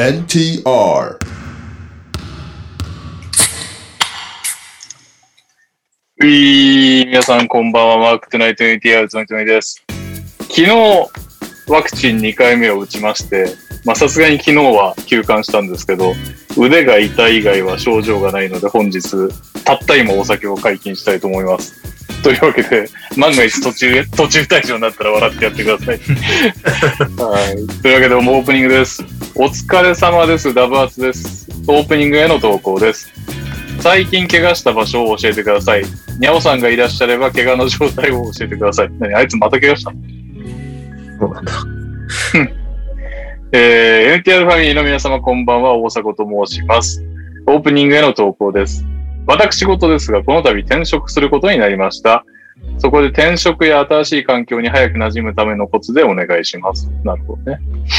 NTR。 皆さんこんばんは。マークトゥナイト NTR つまみです。昨日ワクチン2回目を打ちまして、さすがに昨日は休館したんですけど、腕が痛い以外は症状がないので本日たった今お酒を解禁したいと思います。というわけで、万が一途中退場になったら笑ってやってください。はい。というわけで、もうオープニングです。お疲れ様です。ダブアツです。オープニングへの投稿です。最近怪我した場所を教えてください。にゃおさんがいらっしゃれば怪我の状態を教えてください。あいつまた怪我したの？ そうなんだ。 NTR ファミリーの皆様こんばんは、大迫と申します。オープニングへの投稿です。私事ですが、この度転職することになりました。そこで転職や新しい環境に早く馴染むためのコツでお願いします。なるほどね。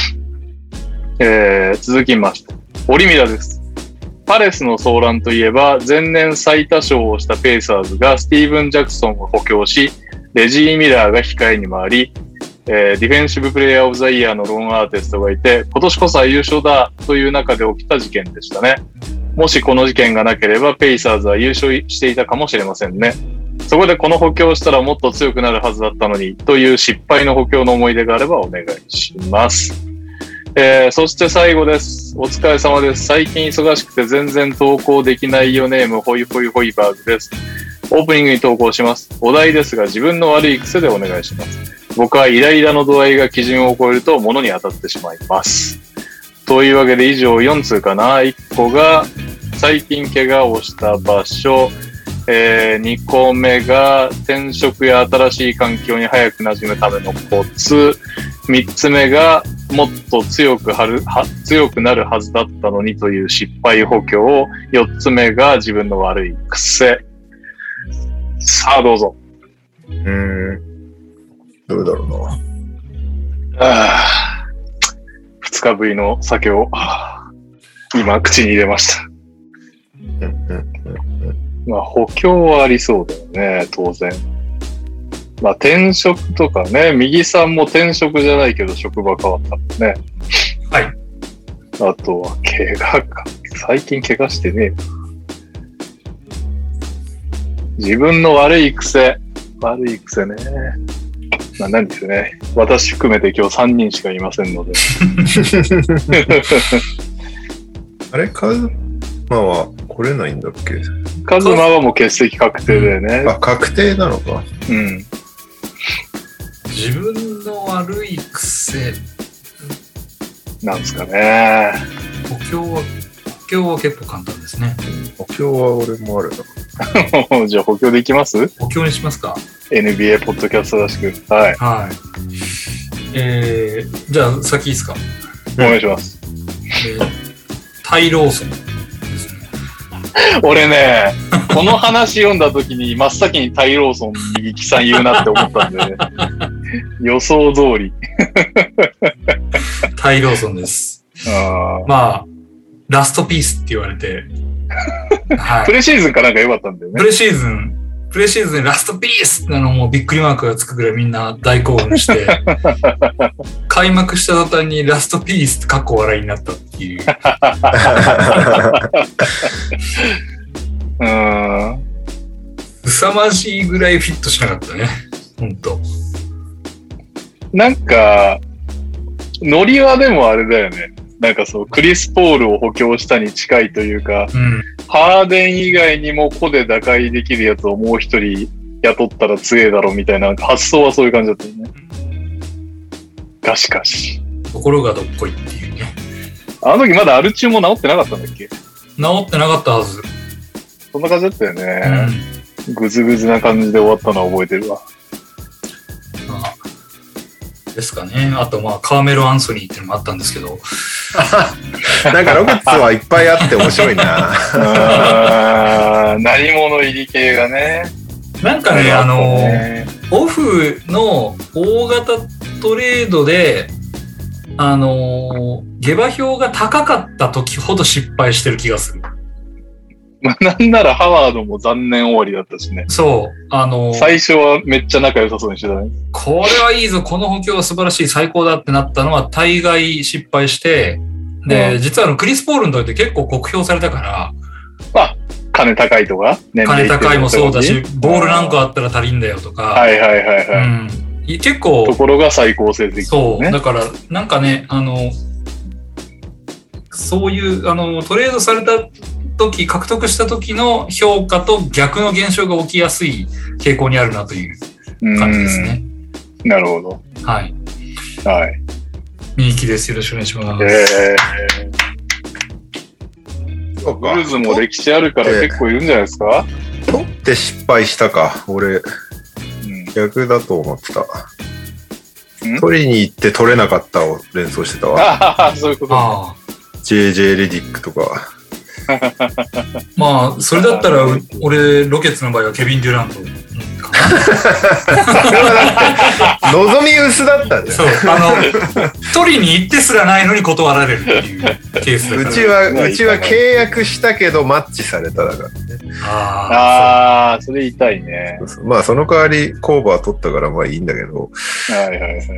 続きまして、オリミラです。パレスの騒乱といえば、前年最多勝をしたペイサーズがスティーブン・ジャクソンを補強し、レジー・ミラーが控えに回り、ディフェンシブプレイヤーオブザイヤーのロンアーティストがいて、今年こそは優勝だという中で起きた事件でしたね。もしこの事件がなければ、ペイサーズは優勝していたかもしれませんね。そこでこの補強をしたらもっと強くなるはずだったのに、という失敗の補強の思い出があればお願いします。そして最後です。お疲れ様です。最近忙しくて全然投稿できないよネーム、ホイホイホイバーグです。オープニングに投稿します。お題ですが、自分の悪い癖でお願いします。僕はイライラの度合いが基準を超えると物に当たってしまいます。というわけで以上4通かな。1個が最近怪我をした場所、2個目が転職や新しい環境に早く馴染むためのコツ、3つ目がもっと強くなるはずだったのにという失敗補強、4つ目が自分の悪い癖。さあどうぞ。 どうだろうな。 2日ぶりの酒を今口に入れました。補強はありそうだよね、当然。転職とかね、右さんも転職じゃないけど職場変わったもんね。 はい。 あとは怪我か。最近怪我してねえな。自分の悪い癖ね。何ですね。私含めて今日3人しかいませんので。 あれ、カズマは来れないんだっけ？ カズマはもう欠席確定だよね。 確定なのか。 うん。 自分の悪い癖なんですかね。 補強は結構簡単ですね。 補強は俺もあるな。 じゃあ補強でいきます？ 補強にしますか？ NBA ポッドキャストらしく。はい。 はい。じゃあ先いいですか？ お願いします。 タイローソンですね。 俺ね、この話読んだ時に真っ先にタイローソンにキさん言うなって思ったんで、ね、予想通り。 タイローソンです。ラストピースって言われて、 はい、プレシーズンかなんか良かったんだよね。 プレシーズンラストピースってもうびっくりマークがつくぐらいみんな大興奮して、開幕した途端にラストピースってかっこ笑いになったっていう。凄まじいぐらいフィットしなかったね。ほんと。 なんか、ノリはでもあれだよね。なんかそう、クリス・ポールを補強したに近いというか、ハーデン以外にも個で打開できるやつをもう一人雇ったら強えだろみたいな、発想はそういう感じだったよね。がしかし。 心がどっこいっていうね。 あの時まだアルチューも治ってなかったんだっけ？ 治ってなかったはず。 そんな感じだったよね。ぐずぐずな感じで終わったのは覚えてるわ。 ですかね。あとカーメロ・アンソニーっていうのもあったんですけど。 なんかロケッツはいっぱいあって面白いな。 何者入り系がね。 なんかね、オフの大型トレードで、下馬評が高かった時ほど失敗してる気がする。 なんならハワードも残念終わりだったしね。 そう。 最初はめっちゃ仲良さそうにしてたね。 これはいいぞ、この補強は素晴らしい、最高だってなったのは大概失敗して、 で、実はクリス・ポールの時って結構酷評されたから、 金高いとか金高いもそうだし、ボールなんかあったら足りんだよとか。 はいはいはいはい。 結構。 ところが最高成績、ね。 そう。だから、なんかね、そういう、トレードされた時、獲得した時の評価と逆の現象が起きやすい傾向にあるなという感じですね。 なるほど。 はい。 はい。 みゆきです。よろしくお願いします。 ブルーズも歴史あるから結構いるんじゃないですか？ 取って失敗したか。俺、逆だと思ってた。取りに行って取れなかったを連想してたわ。 ああ、そういうこと。 JJ レディックとか。 まあ、それだったら、俺、ロケッツの場合はケビン・デュラントかな。 望み薄だったんだよ。 そう、取りに行ってすらないのに断られるっていうケースだから。 うちは契約したけどマッチされただからね。 ああ、それ痛いね。 まあ、その代わり、コーバー取ったからまあいいんだけど。 はいはいはいはい。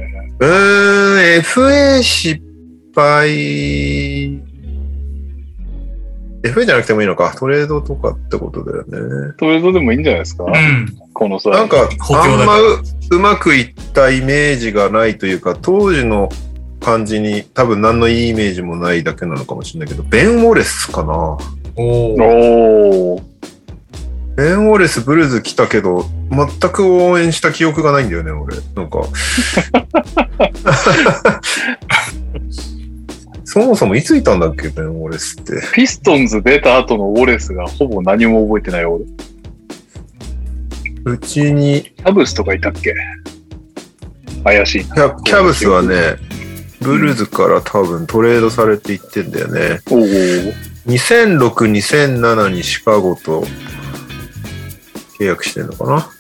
FA 失敗。FA じゃなくてもいいのか。トレードとかってことだよね。 トレードでもいいんじゃないですか、この際。 なんか、あんまうまくいったイメージがないというか、当時の感じに多分何のいいイメージもないだけなのかもしれないけど、ベン・ウォレスかな。 おー。 ベン・ウォレスブルーズ来たけど、全く応援した記憶がないんだよね、俺。なんか。そもそもいついたんだっけ、ベン・ウォレスって。 ピストンズ出た後のウォレスがほぼ何も覚えてない俺。 うちに。 キャブスとかいたっけ？怪しいな。 キャブスはね、ブルーズから多分トレードされていってんだよね。2006、2007にシカゴと契約してんのかな。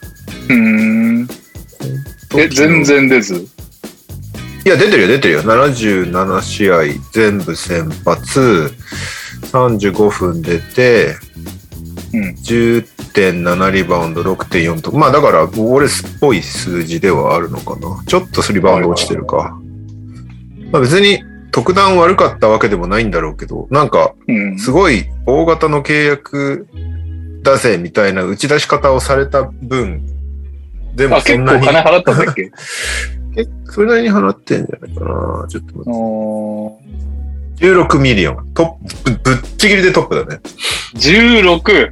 全然出ず？ いや、出てるよ。77試合全部先発、35分出て、10.7 リバウンド、6.4 と。まあだから、ウォレスっぽい数字ではあるのかな。ちょっとリバウンド落ちてるか。まあ別に特段悪かったわけでもないんだろうけど、なんか、すごい大型の契約だぜみたいな打ち出し方をされた分、でもそんなに。 結構金払ったんだっけ？ それなりに払ってんじゃないかな。ちょっと待って。16ミリオン。ぶっちぎりでトップだね。 16？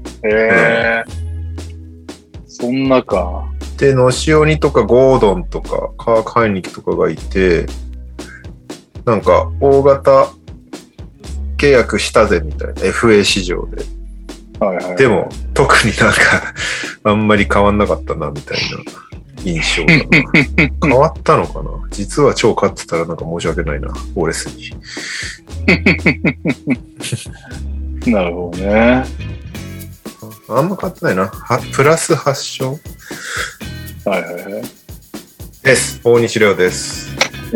そんなか。 で、ノシオニとかゴードンとかカーク・ハイニキとかがいて、なんか大型契約したぜみたいな FA 市場で。でも特になんかあんまり変わんなかったなみたいな。印象だな。変わったのかな。実は超勝ってたらなんか申し訳ないな、ウォレスに。 なるほどね。 あんま勝ってないな。プラス8勝。です。大西亮です。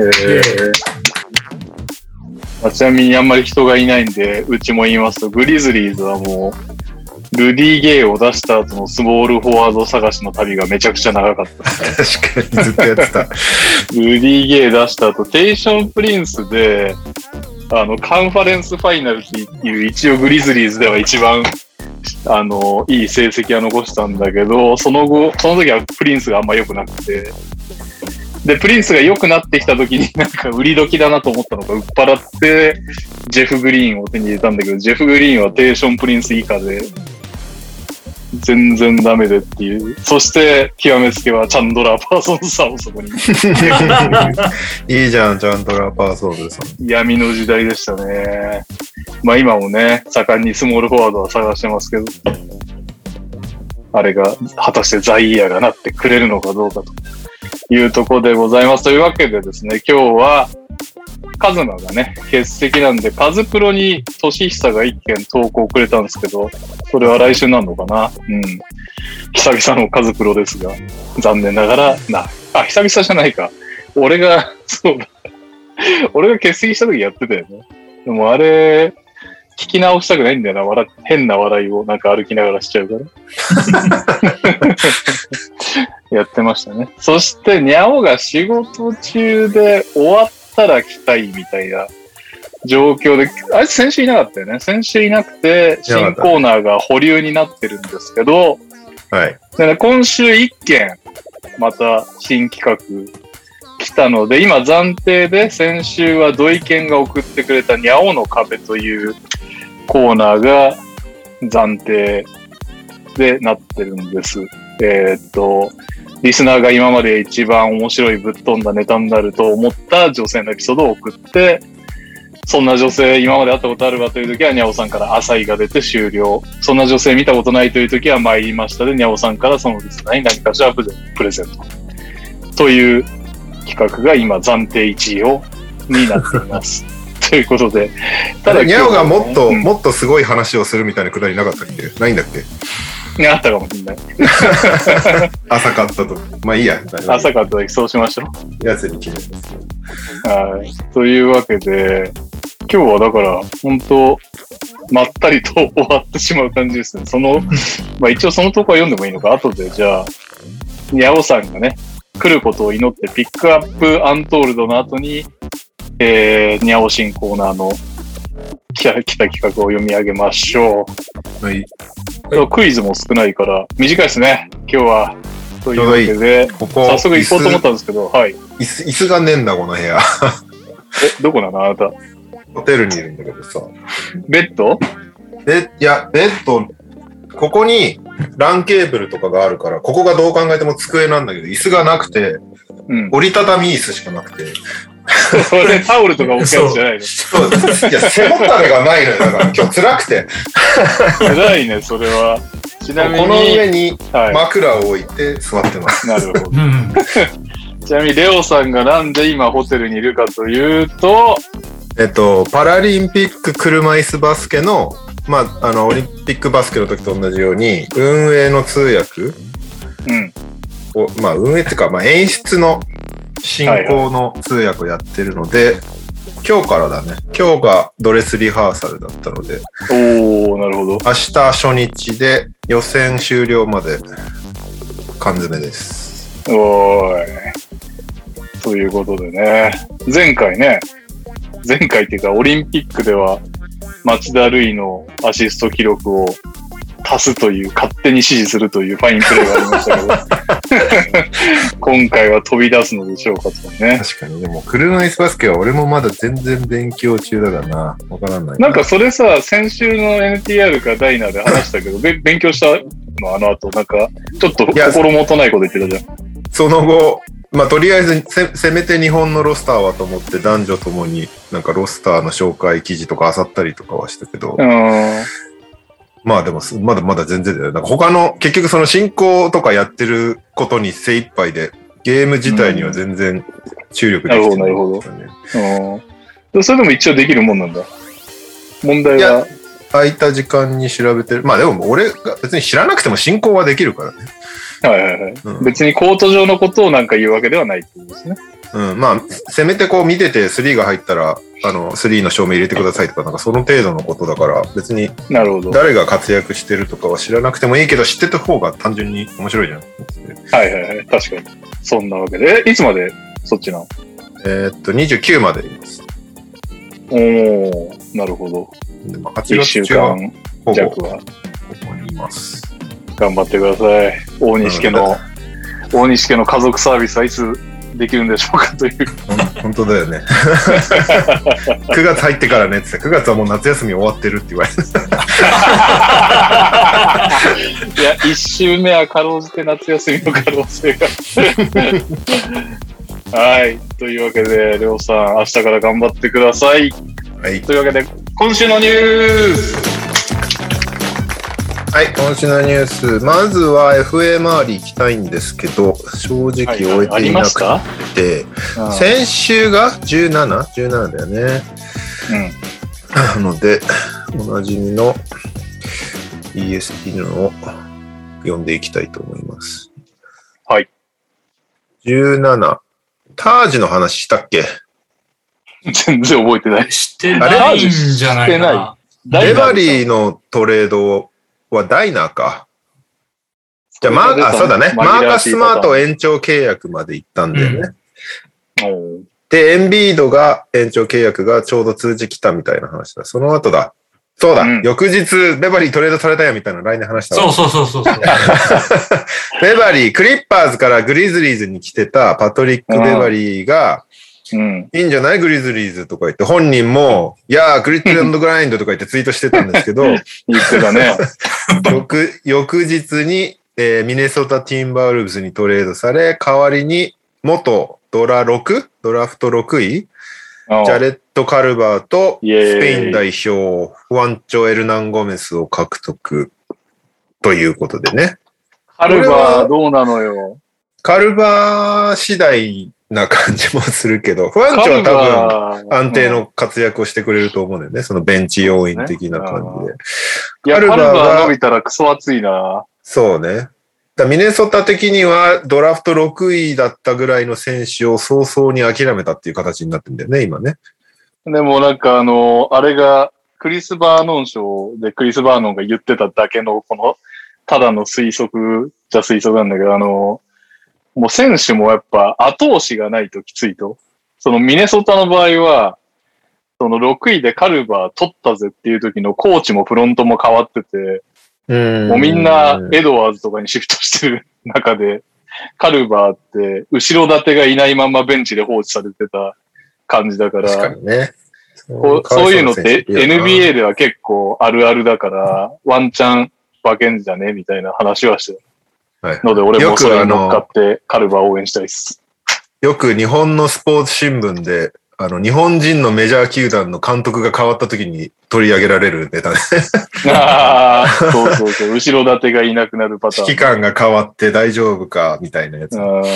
ちなみにあんまり人がいないんで、うちも言いますと、グリズリーズはもう、ルディ・ゲイを出した後のスモールフォワード探しの旅がめちゃくちゃ長かった。 確かにずっとやってた。 ルディ・ゲイ出した後、テイション・プリンスで、カンファレンスファイナルっていう一応グリズリーズでは一番、いい成績は残したんだけど、その時はプリンスがあんま良くなくて、で、プリンスが良くなってきた時になんか売り時だなと思ったのか、売っ払って、ジェフ・グリーンを手に入れたんだけど、ジェフ・グリーンはテイション・プリンス以下で、全然ダメでっていう。そして、極めつけはチャンドラー・パーソンズさんをそこに。いいじゃん、チャンドラー・パーソンズさん。 闇の時代でしたね。まあ今もね、盛んにスモールフォワードは探してますけど、あれが果たしてザイヤーがなってくれるのかどうかというところでございます。というわけでですね、今日は、カズマがね、欠席なんで、カズプロに俊久が一件投稿くれたんですけど、それは来週なのかな？久々のカズプロですが、残念ながら久々じゃないか。俺が欠席した時やってたよね。でもあれ、聞き直したくないんだよな。変な笑いをなんか歩きながらしちゃうから。やってましたね。そして、ニャオが仕事中で終わったら来たいみたいな状況で、あいつ先週いなかったよね。先週いなくて、新コーナーが保留になってるんですけど、 はい。 でね、今週1件、また新企画来たので、今暫定で先週は土井健が送ってくれたにゃおの壁というコーナーが暫定でなってるんです。リスナーが今まで一番面白いぶっ飛んだネタになると思った女性のエピソードを送って、そんな女性今まで会ったことあるわという時はにゃおさんから浅井が出て終了。そんな女性見たことないという時は参りましたでにゃおさんからそのリスナーに何かしらプレゼント。という企画が今暫定1位になっています。ということで、 ただにゃおがもっとすごい話をするみたいなくだりなかったっけ？ないんだっけ？ あったかもしれない。 浅かったと。まあいいや。 浅かっただけそうしましょう。 やつに決めます。 はい。というわけで、今日はだから、本当まったりと終わってしまう感じですね。まあ一応そのとこは読んでもいいのか。後でじゃあ、にゃおさんがね、来ることを祈ってピックアップアントールドの後に、にゃお新コーナーの来た企画を読み上げましょう。 はい。 クイズも少ないから短いですね、今日は。というわけで、早速行こうと思ったんですけど、はい。 椅子がねえんだ、この部屋。 どこなのあなた。 ホテルにいるんだけどさ。 ベッド？ いや、ベッド、ここに LAN ケーブルとかがあるから、ここがどう考えても机なんだけど、椅子がなくて、折りたたみ椅子しかなくて。 それタオルとか置くやつじゃないの？ そう。いや、背もたれがないのよ。だから今日辛くて。 辛いね、それは。ちなみに。 この上に枕を置いて座ってます。 なるほど。ちなみにレオさんがなんで今ホテルにいるかというと、 パラリンピック車椅子バスケの、まあ、オリンピックバスケの時と同じように、運営の通訳を、まあ、運営っていうか、まあ、演出の進行の通訳をやってるので、今日からだね。今日がドレスリハーサルだったので。 おー、なるほど。 明日初日で予選終了まで缶詰です。 おーい。ということでね。前回っていうかオリンピックでは町田瑠唯のアシスト記録を足すという、勝手に指示するというファインプレーがありましたけど今回は飛び出すのでしょうかとね。 確かに。でも車椅子バスケは俺もまだ全然勉強中だからな。わからない。 なんかそれさ、先週の NTR かダイナーで話したけど勉強したのあの後、なんかちょっと心もとないこと言ってたじゃん。 その後、まあとりあえずせめて日本のロスターはと思って男女ともになんかロスターの紹介記事とか漁ったりとかはしたけど、まあでもまだ全然だよ。なんか他の結局その進行とかやってることに精一杯でゲーム自体には全然注力できてない、ね。 なるほど。それでも一応できるもんなんだ。問題は空いた時間に調べてる。まあでも俺が別に知らなくても進行はできるからね。 はいはいはい。別にコート上のことをなんか言うわけではないってことですね。 まあ、せめてこう見てて3が入ったら、3の証明入れてくださいとか、なんかその程度のことだから、別に、誰が活躍してるとかは知らなくてもいいけど、知ってた方が単純に面白いじゃん。 はいはいはい。確かに。そんなわけで。いつまでそっちなの ？29までいます。 おー、なるほど。1週間弱は。 ここにいます。 頑張ってください。大西家の家族サービスはいつできるんでしょうかという。 本当だよね。9月入ってからねって言って、9月はもう夏休み終わってるって言われて。 いや、1週目はかろうじて夏休みの可能性が。はい。というわけで、りょうさん、明日から頑張ってください。 はい。 というわけで、今週のニュース。 はい、今週のニュース。まずは FA 周り行きたいんですけど、正直終えていなくて、先週が 17だよね。なので、おなじみの ESP のを読んでいきたいと思います。 はい。 17。タージの話したっけ？ 全然覚えてない。 してないんじゃないかな。 レバリーのトレードはダイナーか。じゃあそうだね。マーカス・スマート延長契約まで行ったんだよね。 で、エンビードが延長契約がちょうど通知来たみたいな話だ。その後だ。そうだ、翌日、ベバリートレードされたよみたいな来年話したわ。 そう。 ベバリー、クリッパーズからグリズリーズに来てたパトリック・ベバリーが、いいんじゃないグリズリーズとか言って、本人も、いやー、グリッド&グラインドとか言ってツイートしてたんですけど、 言ってたね。 翌日に、ミネソタ・ティンバーウルブスにトレードされ、代わりに元ドラフト6位ジャレット・カルバーとスペイン代表、フアンチョ・エルナン・ゴメスを獲得ということでね。 カルバーどうなのよ。 カルバー次第な感じもするけど、フアンチョは多分安定の活躍をしてくれると思うんだよね。そのベンチ要員的な感じで。 いや、カルバーが伸びたらクソ熱いな。 そうね。ミネソタ的にはドラフト6位だったぐらいの選手を早々に諦めたっていう形になってるんだよね、今ね。 でもなんかあれがクリス・バーノン賞でクリス・バーノンが言ってただけのこのただの推測じゃ推測なんだけど、もう選手もやっぱ後押しがないときついと。そのミネソタの場合は、その6位でカルバー取ったぜっていう時のコーチもフロントも変わってて、もうみんなエドワーズとかにシフトしてる中で、カルバーって後ろ盾がいないままベンチで放置されてた感じだから、 確かにね、 そういうのって NBA では結構あるあるだから、ワンチャン馬券じゃねみたいな話はしてるので、俺もそれに乗っかってカルバーを応援したいです。 よく日本のスポーツ新聞で、日本人のメジャー球団の監督が変わった時に取り上げられるネタね。 ああ、そう。後ろ盾がいなくなるパターン。 指揮官が変わって大丈夫か、みたいなやつ。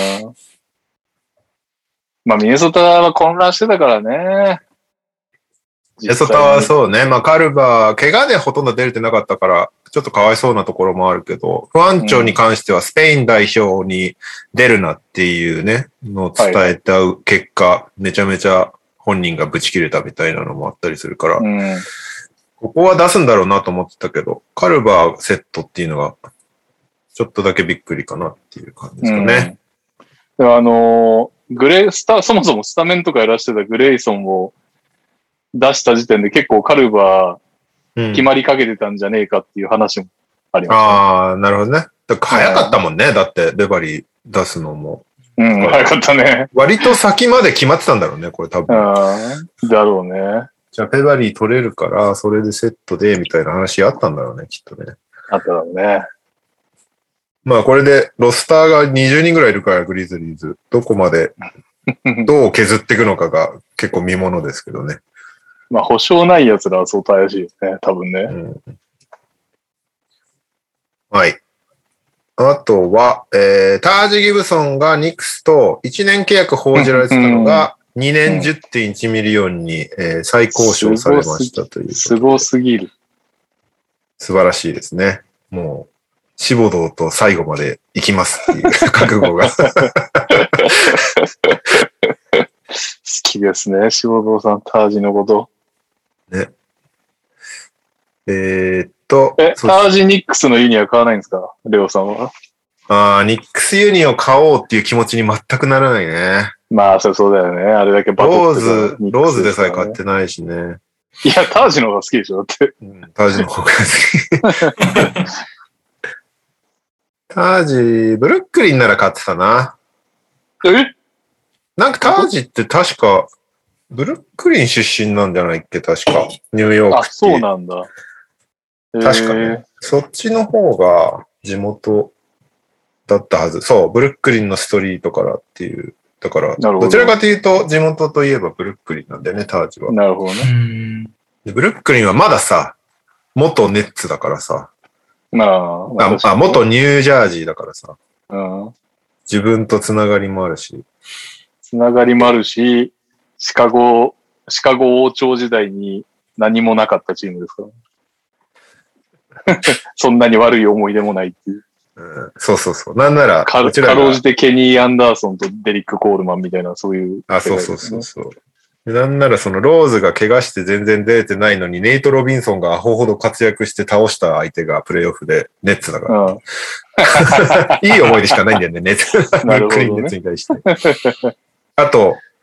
まあ、ミネソタは混乱してたからね。 ミネソタはそうね。まあ、カルバー、怪我でほとんど出れてなかったから、ちょっとかわいそうなところもあるけど、フアンチョに関してはスペイン代表に出るなっていうね、のを伝えた結果、めちゃめちゃ本人がブチ切れたみたいなのもあったりするから、ここは出すんだろうなと思ってたけど、カルバーセットっていうのが、ちょっとだけびっくりかなっていう感じですかね。 そもそもスタメンとかやらしてたグレイソンを出した時点で結構カルバー、決まりかけてたんじゃねえかっていう話もありました、ね。ああ、なるほどね。早かったもんね。だって、ベバリー出すのも。 早かったね。 割と先まで決まってたんだろうね、これ多分。 だろうね。 じゃあ、ベバリー取れるから、それでセットで、みたいな話あったんだろうね、きっとね。 あっただろうね。 まあ、これで、ロスターが20人ぐらいいるから、グリズリーズ。どこまで、どう削っていくのかが結構見ものですけどね。 まあ、保証ない奴らは相当怪しいよね、多分ね。 はい。あとは、タージ・ギブソンがニックスと1年契約報じられてたのが、2年 10.1 ミリオンに、再交渉されましたという。 すごすぎる。 素晴らしいですね。もう、シボドーと最後まで行きますっていう覚悟が。好きですね、シボドーさん、タージのこと。 ね。 タージニックスのユニは買わないんですかレオさんは。 ニックスユニを買おうっていう気持ちに全くならないね。 まあ、そうだよね。あれだけバトってローズでさえ買ってないしね。 いや、タージの方が好きでしょだって。 タージの方が好き。タージ、ブルックリンなら買ってたな。なんかタージって確か、ブルックリン出身なんじゃないっけ確か。ニューヨーク。 あ、そうなんだ。 確かね。そっちの方が地元だったはず。そう、ブルックリンのストリートからっていう。だから、どちらかというと地元といえばブルックリンなんだよね、タージは。 なるほどね。 でブルックリンはまださ、元ネッツだからさ。元ニュージャージーだからさ。自分とつながりもあるし。 つながりもあるし、シカゴ王朝時代に何もなかったチームですから。そんなに悪い思い出もないっていう。 そう。なんなら、 かろうじてケニー・アンダーソンとデリック・コールマンみたいな、そういう、ね。 そう。なんならそのローズが怪我して全然出れてないのに、ネイト・ロビンソンがアホほど活躍して倒した相手がプレイオフでネッツだから。いい思い出しかないんだよね、ネッツ。ブルックリンネッツに対して。あと、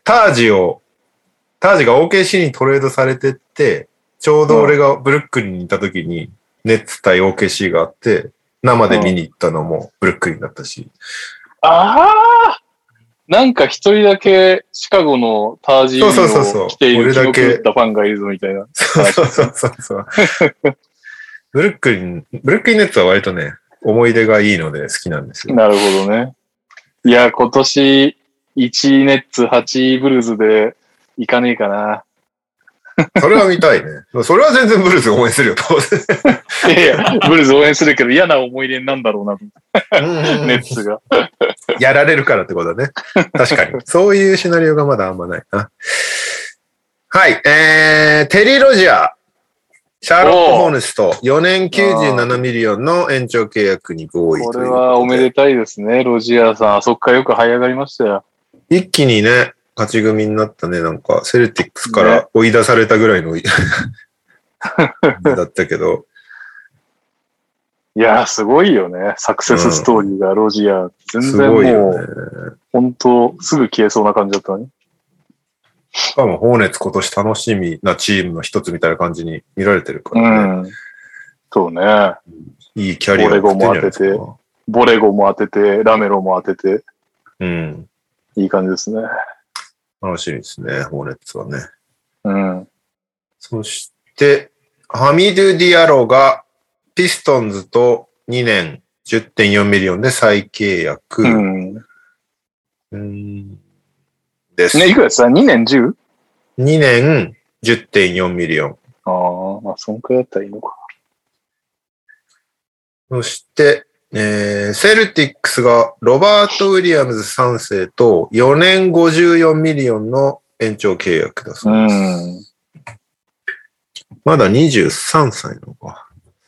タージが OKC にトレードされてって、ちょうど俺がブルックリンにいた時に、ネッツ対 OKC があって、生で見に行ったのもブルックリンだったし。 ああなんか一人だけシカゴのタージを着ている気の狂ったファンがいるぞみたいな。 そう。ブルックリンネッツは割とね、思い出がいいので好きなんですよ。 なるほどね。いや、今年1ネッツ8ブルーズで行かねえかな。 それは見たいね。それは全然ブルーズ応援するよ、当然。 いや、ブルーズ応援するけど嫌な思い出なんだろうなと。ネッツが。 やられるからってことだね。確かに。そういうシナリオがまだあんまないな。はい。テリー・ロジャー。シャーロット・ホーネスと4年97ミリオンの延長契約に合意という。 これはおめでたいですね、ロジアーさん。あそっかよく這い上がりましたよ。 一気にね、勝ち組になったね。なんか、セルティックスから追い出されたぐらいの、ね、だったけど。 いやー、すごいよね。サクセスストーリーが、ロジアー。全然もう、ね、本当すぐ消えそうな感じだったね。 しかも、ホーネッツ今年楽しみなチームの一つみたいな感じに見られてるからね。 そうね。 いいキャリアをボレゴも当てて、ボレゴも当てて、ラメロも当てて。いい感じですね。 楽しみですね、ホーネッツはね。そして、ハミドゥ・ディアロがピストンズと2年 10.4 ミリオンで再契約。ですね、いくらですか ?2 年 10?2 年 10.4 ミリオン。 まあ、そんくらいだったらいいのか。 そして、セルティックスがロバート・ウィリアムズ3世と4年54ミリオンの延長契約だそうです。まだ23歳なのか。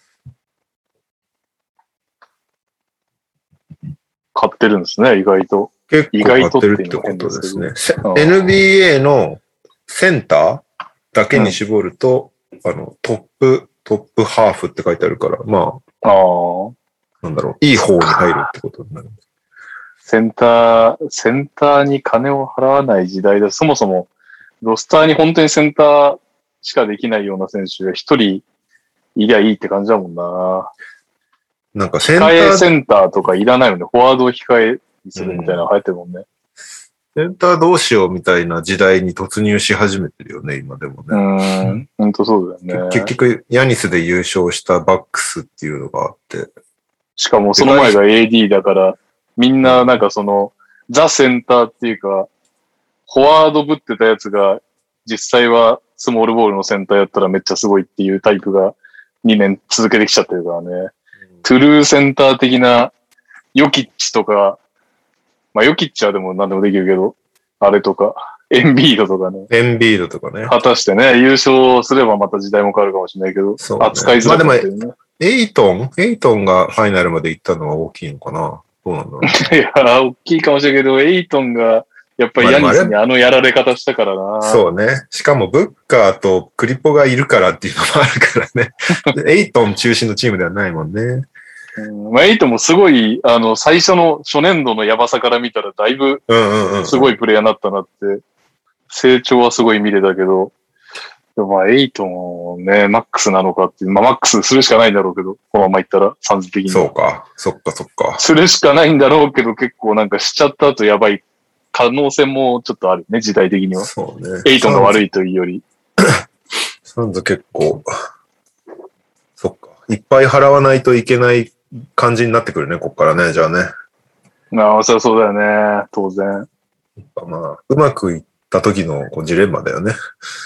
買ってるんですね、意外と。 結構買ってるってことですね。NBA のセンターだけに絞ると、トップハーフって書いてあるから、まあ、なんだろう、いい方に入るってことになる。 センターに金を払わない時代だ。そもそも、ロスターに本当にセンターしかできないような選手が一人いりゃいいって感じだもんな。 なんか控えセンターとかいらないよね。フォワードを控えにするみたいなの流行ってるもんね。 センターどうしようみたいな時代に突入し始めてるよね、今でもね。 本当そうだよね。 結局、ヤニスで優勝したバックスっていうのがあって。 しかもその前が AD だから、みんななんかその、ザ・センターっていうか、フォワードぶってたやつが、実際はスモールボールのセンターやったらめっちゃすごいっていうタイプが2年続けてきちゃってるからね。トゥルーセンター的な、ヨキッチとか、まあヨキッチはでも何でもできるけど、あれとか、エンビードとかね。 エンビードとかね。 果たしてね、優勝すればまた時代も変わるかもしれないけど、 そうね、 扱いづらくなってるね。 まあでも、エイトンがファイナルまで行ったのは大きいのかな。どうなんだろう。 いや、大きいかもしれないけど、エイトンが、やっぱりヤニスにやられ方したからな。 そうね。しかもブッカーとクリポがいるからっていうのもあるからね。エイトン中心のチームではないもんね。 まあ、エイトンもすごい、最初の初年度のヤバさから見たらだいぶ、すごいプレイヤーになったなって、成長はすごい見れたけど、でもまあ、エイトンね、マックスなのかっていう、まあ、マックスするしかないんだろうけど、このままいったら、サンズ的に。 そうか。そっか。 するしかないんだろうけど、結構なんかしちゃった後やばい可能性もちょっとあるね、時代的には。 そうね。 エイトンが悪いというより。 サンズ結構、そっか。いっぱい払わないといけない感じになってくるね、こっからね、じゃあね。 まあ、そうだよね、当然。 まあ、うまくいった時のジレンマだよね。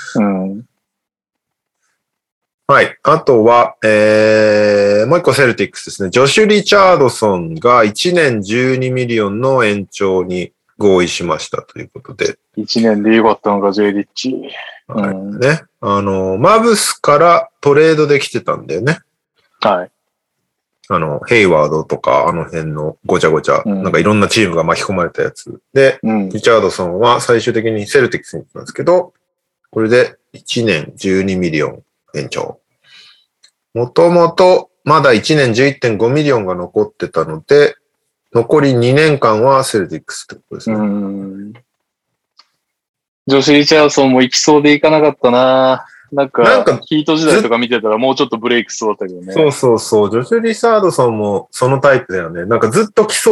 はい。あとは、もう一個セルティックスですね。ジョシュ・リチャードソンが1年12ミリオンの延長に合意しましたということで。 1年で良かったのが J リッチ。 はい。ね。マブスからトレードできてたんだよね。 はい。 ヘイワードとか、あの辺のごちゃごちゃ、なんかいろんなチームが巻き込まれたやつで、リチャードソンは最終的にセルティックスに行ったんですけど、これで1年12ミリオン延長。もともとまだ1年 11.5 ミリオンが残ってたので、残り2年間はセルティックスってことですね。 ジョシュ・リチャーソンも行きそうで行かなかったな。なんかヒート時代とか見てたらもうちょっとブレイクしそうだったけどね。 そうそうそう。ジョシュ・リチャードソンもそのタイプだよね。なんかずっと来そう、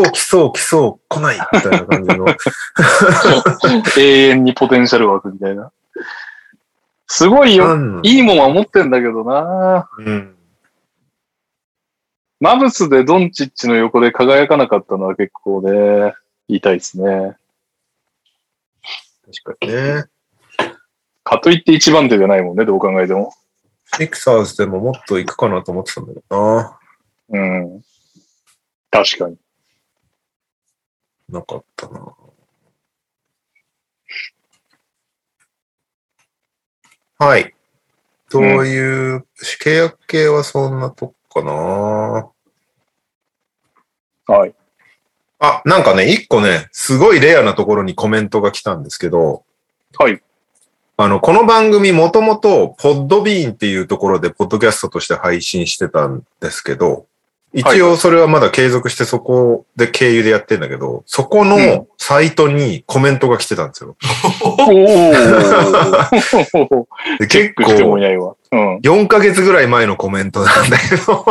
来ないみたいな感じの。 永遠にポテンシャル枠みたいな。すごいよ。いいもんは持ってんだけどな。 うん。 マブスでドンチッチの横で輝かなかったのは結構ね、言いたいですね。 確かにね。 かといって一番手じゃないもんね、どう考えても。 シクサーズでももっと行くかなと思ってたんだけどな。 うん。確かに。 なかったな。はい。という、契約系はそんなとこかな。 はい。 あ、なんかね、一個ね、すごいレアなところにコメントが来たんですけど、 はい。 この番組もともと、ポッドビーンっていうところで、ポッドキャストとして配信してたんですけど、一応それはまだ継続してそこで経由でやってんだけど、そこのサイトにコメントが来てたんですよ。で結構、4ヶ月ぐらい前のコメントなんだけど、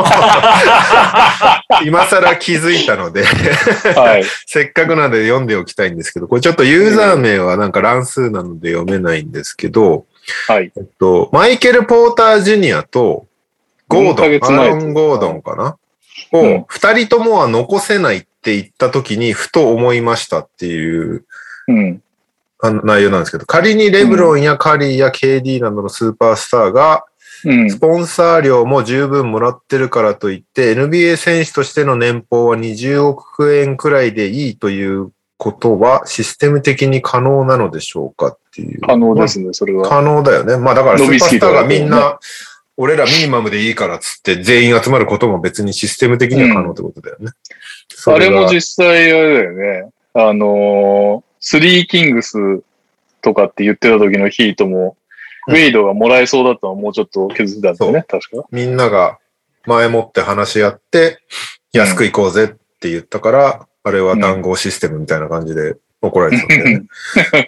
今更気づいたので、はい、せっかくなので読んでおきたいんですけど、これちょっとユーザー名はなんか乱数なので読めないんですけど、 はい、 マイケル・ポーター・ジュニアとゴードン、アーロン・ゴードンかなを、二人ともは残せないって言った時にふと思いましたっていう、内容なんですけど、仮にレブロンやカリーや KD などのスーパースターが、スポンサー料も十分もらってるからといって、NBA 選手としての年俸は20億円くらいでいいということはシステム的に可能なのでしょうかっていう。 可能ですね、それは。 可能だよね。まあだからスーパースターがみんな、俺らミニマムでいいからっつって全員集まることも別にシステム的には可能ってことだよね。 あれも実際あれだよね。スリーキングスとかって言ってた時のヒートも、ウェイドがもらえそうだったのをもうちょっと削ってたんだよね、確か。 みんなが前もって話し合って、安く行こうぜって言ったから、あれは談合システムみたいな感じで怒られてたんだよね。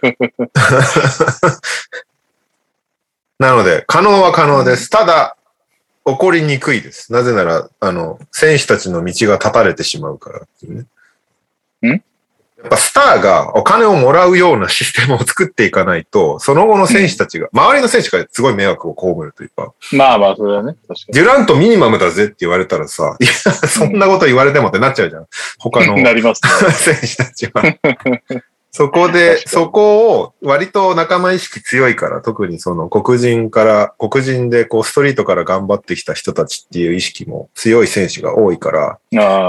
なので、可能は可能です。ただ、起こりにくいです。なぜなら、選手たちの道が断たれてしまうからっていうね。やっぱスターがお金をもらうようなシステムを作っていかないと、その後の選手たちが、周りの選手がすごい迷惑を被るというか。 まあまあ、それはね。確かに。 デュラントミニマムだぜって言われたらさ、いや、そんなこと言われてもってなっちゃうじゃん。他のなりますね、 選手たちは。そこを割と仲間意識強いから、特にその黒人でこうストリートから頑張ってきた人たちっていう意識も強い選手が多いから、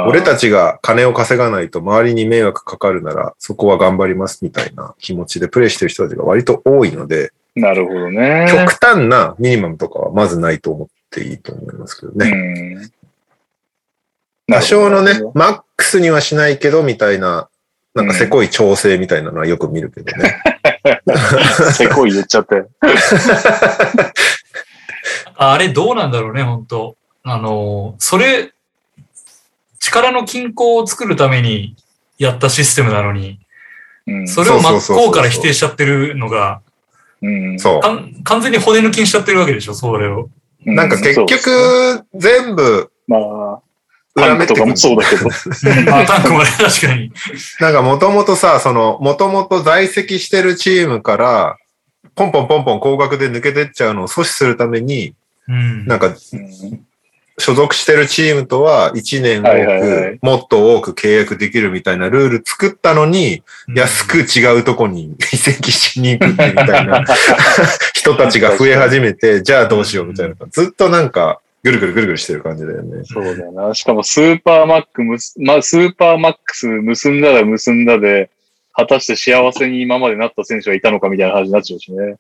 俺たちが金を稼がないと周りに迷惑かかるなら、そこは頑張りますみたいな気持ちでプレイしてる人たちが割と多いので、 なるほどね。 極端なミニマムとかはまずないと思っていいと思いますけどね。多少のね、マックスにはしないけどみたいな、なんかせこい調整みたいなのはよく見るけどね。 せこい言っちゃって。 あれどうなんだろうね、本当力の均衡を作るためにやったシステムなのに、それを真っ向から否定しちゃってるのが、完全に骨抜きにしちゃってるわけでしょ、それを。 なんか結局、全部、 まあ、タンクとかもそうだけど。 まあ、タンクもね、確かに。 なんかもともとさ、もともと在籍してるチームから、ポンポン高額で抜けてっちゃうのを阻止するために、なんか、所属してるチームとは1年多く、もっと多く契約できるみたいなルール作ったのに、安く違うとこに移籍しに行くみたいな人たちが増え始めて、じゃあどうしようみたいな。ずっとなんか、ぐるぐるしてる感じだよね。 そうだよな。しかもスーパーマックス結んだら結んだで、果たして幸せに今までなった選手がいたのかみたいな話になっちゃうしね。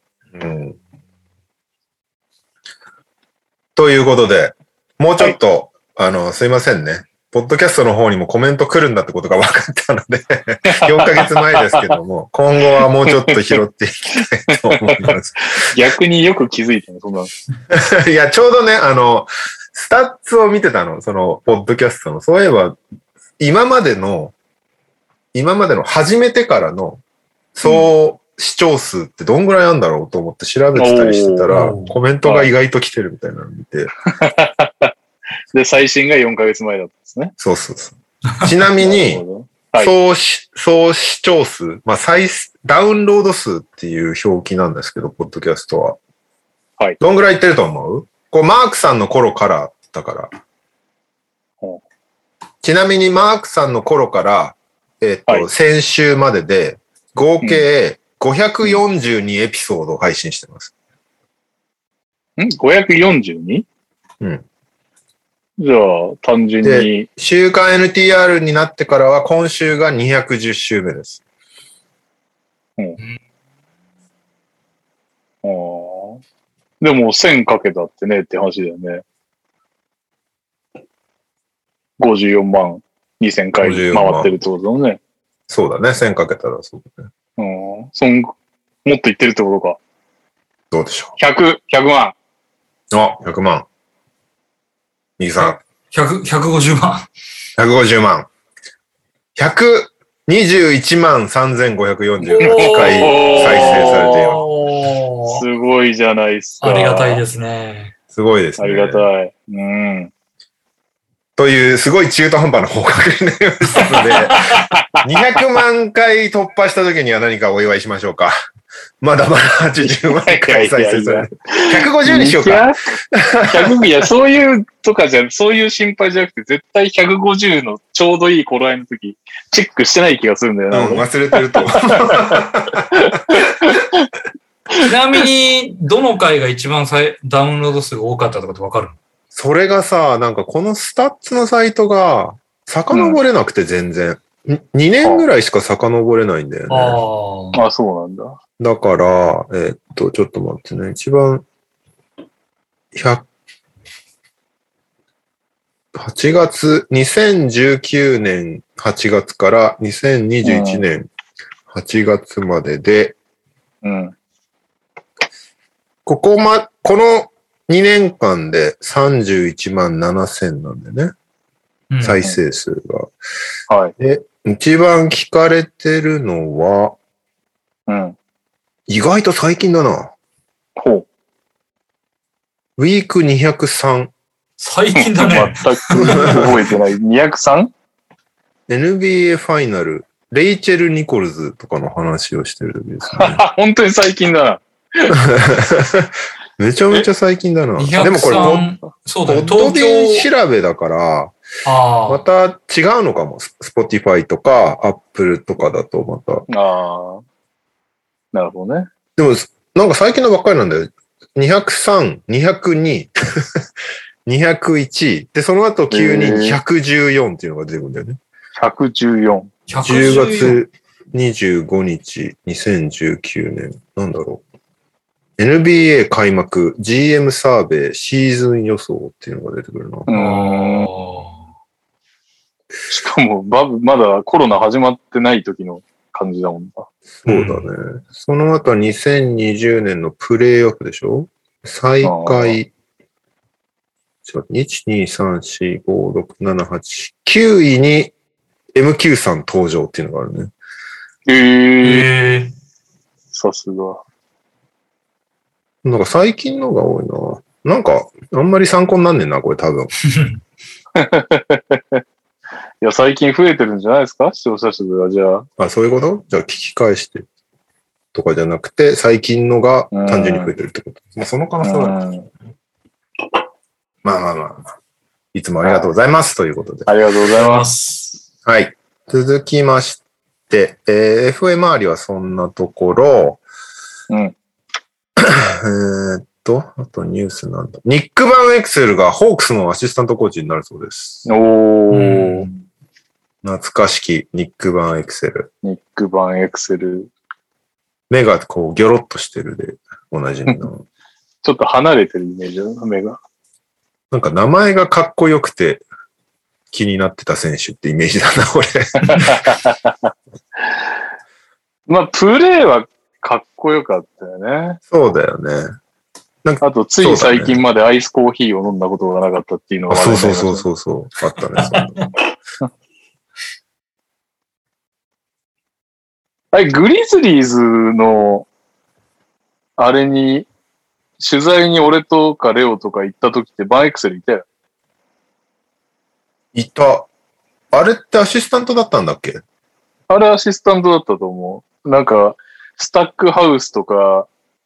ということで、もうちょっと、すいませんね。ポッドキャストの方にもコメント来るんだってことが分かったので、4ヶ月前ですけども、今後はもうちょっと拾っていきたいと思います。 逆によく気づいたね、そんなの。 いや、ちょうどね、スタッツを見てたの、その、ポッドキャストの。そういえば、今までの始めてからの、総視聴数ってどんぐらいあるんだろうと思って調べてたりしてたら、コメントが意外と来てるみたいなのを見て。 で、最新が4ヶ月前だったんですね。 そう。ちなみに、総視聴数、まあ、ダウンロード数っていう表記なんですけど、ポッドキャストは。 はい。 どんぐらいいってると思う？こう、マークさんの頃からだから。ちなみに、マークさんの頃から、先週までで、合計542エピソードを配信してます。 542？ うん。じゃあ、単純に。 週刊 NTR になってからは、今週が210週目です。 でも、1000かけたってねって話だよね。54万2000回回ってるってことだね。 そうだね。1000かけたらそうだね。 もっといってるってことか。 どうでしょう。 100万。 100万。右さん。 150万。 150万。121万3548回再生されています。 すごいじゃないですか。 ありがたいですね。 すごいですね。 ありがたい。 という、すごい中途半端な報告になりましたので、200万回突破した時には何かお祝いしましょうか。まだまだ80万回再生されて。150にしようか。 いや、そういうとかそういう心配じゃなくて、絶対150のちょうどいい頃合いの時、チェックしてない気がするんだよな。 忘れてると。 ちなみに、どの回が一番ダウンロード数が多かったとかってわかるの？ それがさ、なんかこのスタッツのサイトが遡れなくて全然。2年ぐらいしか遡れないんだよね。 そうなんだ。 だから、ちょっと待ってね。一番、8月、2019年8月から2021年8月までで、この2年間で31万7000なんでね。再生数が。はい。で、一番聞かれてるのは、意外と最近だな。ウィーク203。 最近だね。 全く覚えてない。203？ NBA ファイナル、レイチェル・ニコルズとかの話をしてる時ですね。 本当に最近だな。 めちゃめちゃ最近だな。でもこれ、ポッドで調べだから、また違うのかも。Spotify とか Apple とかだとまた。 なるほどね。 でも、なんか最近のばっかりなんだよ。203、202、201。で、その後急に114っていうのが出てくるんだよね。 114。 10月25日、2019年。なんだろう。NBA 開幕、GM サーベイ、シーズン予想っていうのが出てくるな。 しかも、まだコロナ始まってない時の感じだもんな。 そうだね。その後は2020年のプレイオフでしょ？再開。1、2、3、4、5、6、7、8、9位に MQ さん登場っていうのがあるね。さすが。 なんか最近のが多いな。なんか、あんまり参考になんねんな、これ多分。 いや、最近増えてるんじゃないですか？視聴者数が、じゃあ。 そういうこと？じゃあ聞き返してとかじゃなくて、最近のが単純に増えてるってこと。まあ、その可能性はまあ。いつもありがとうございます。ということで。 ありがとうございます。 はい。続きまして、FA 周りはそんなところ、あとニュースなんだ。ニック・バン・エクセルがホークスのアシスタントコーチになるそうです。懐かしきニック・バン・エクセル。 ニック・バン・エクセル。 目がこうギョロッとしてるで、おなじみの。 ちょっと離れてるイメージだな、目が。 なんか名前がかっこよくて気になってた選手ってイメージだな、これ。 まあ、プレーはかっこよかったよね。 そうだよね。 あと、つい最近までアイスコーヒーを飲んだことがなかったっていうのが、 そう。あったね、 グリズリーズの、あれに、取材に俺とかレオとか行った時ってバンエクセルいたよ。 いた。あれってアシスタントだったんだっけ？ あれアシスタントだったと思う。なんか、スタックハウスとか、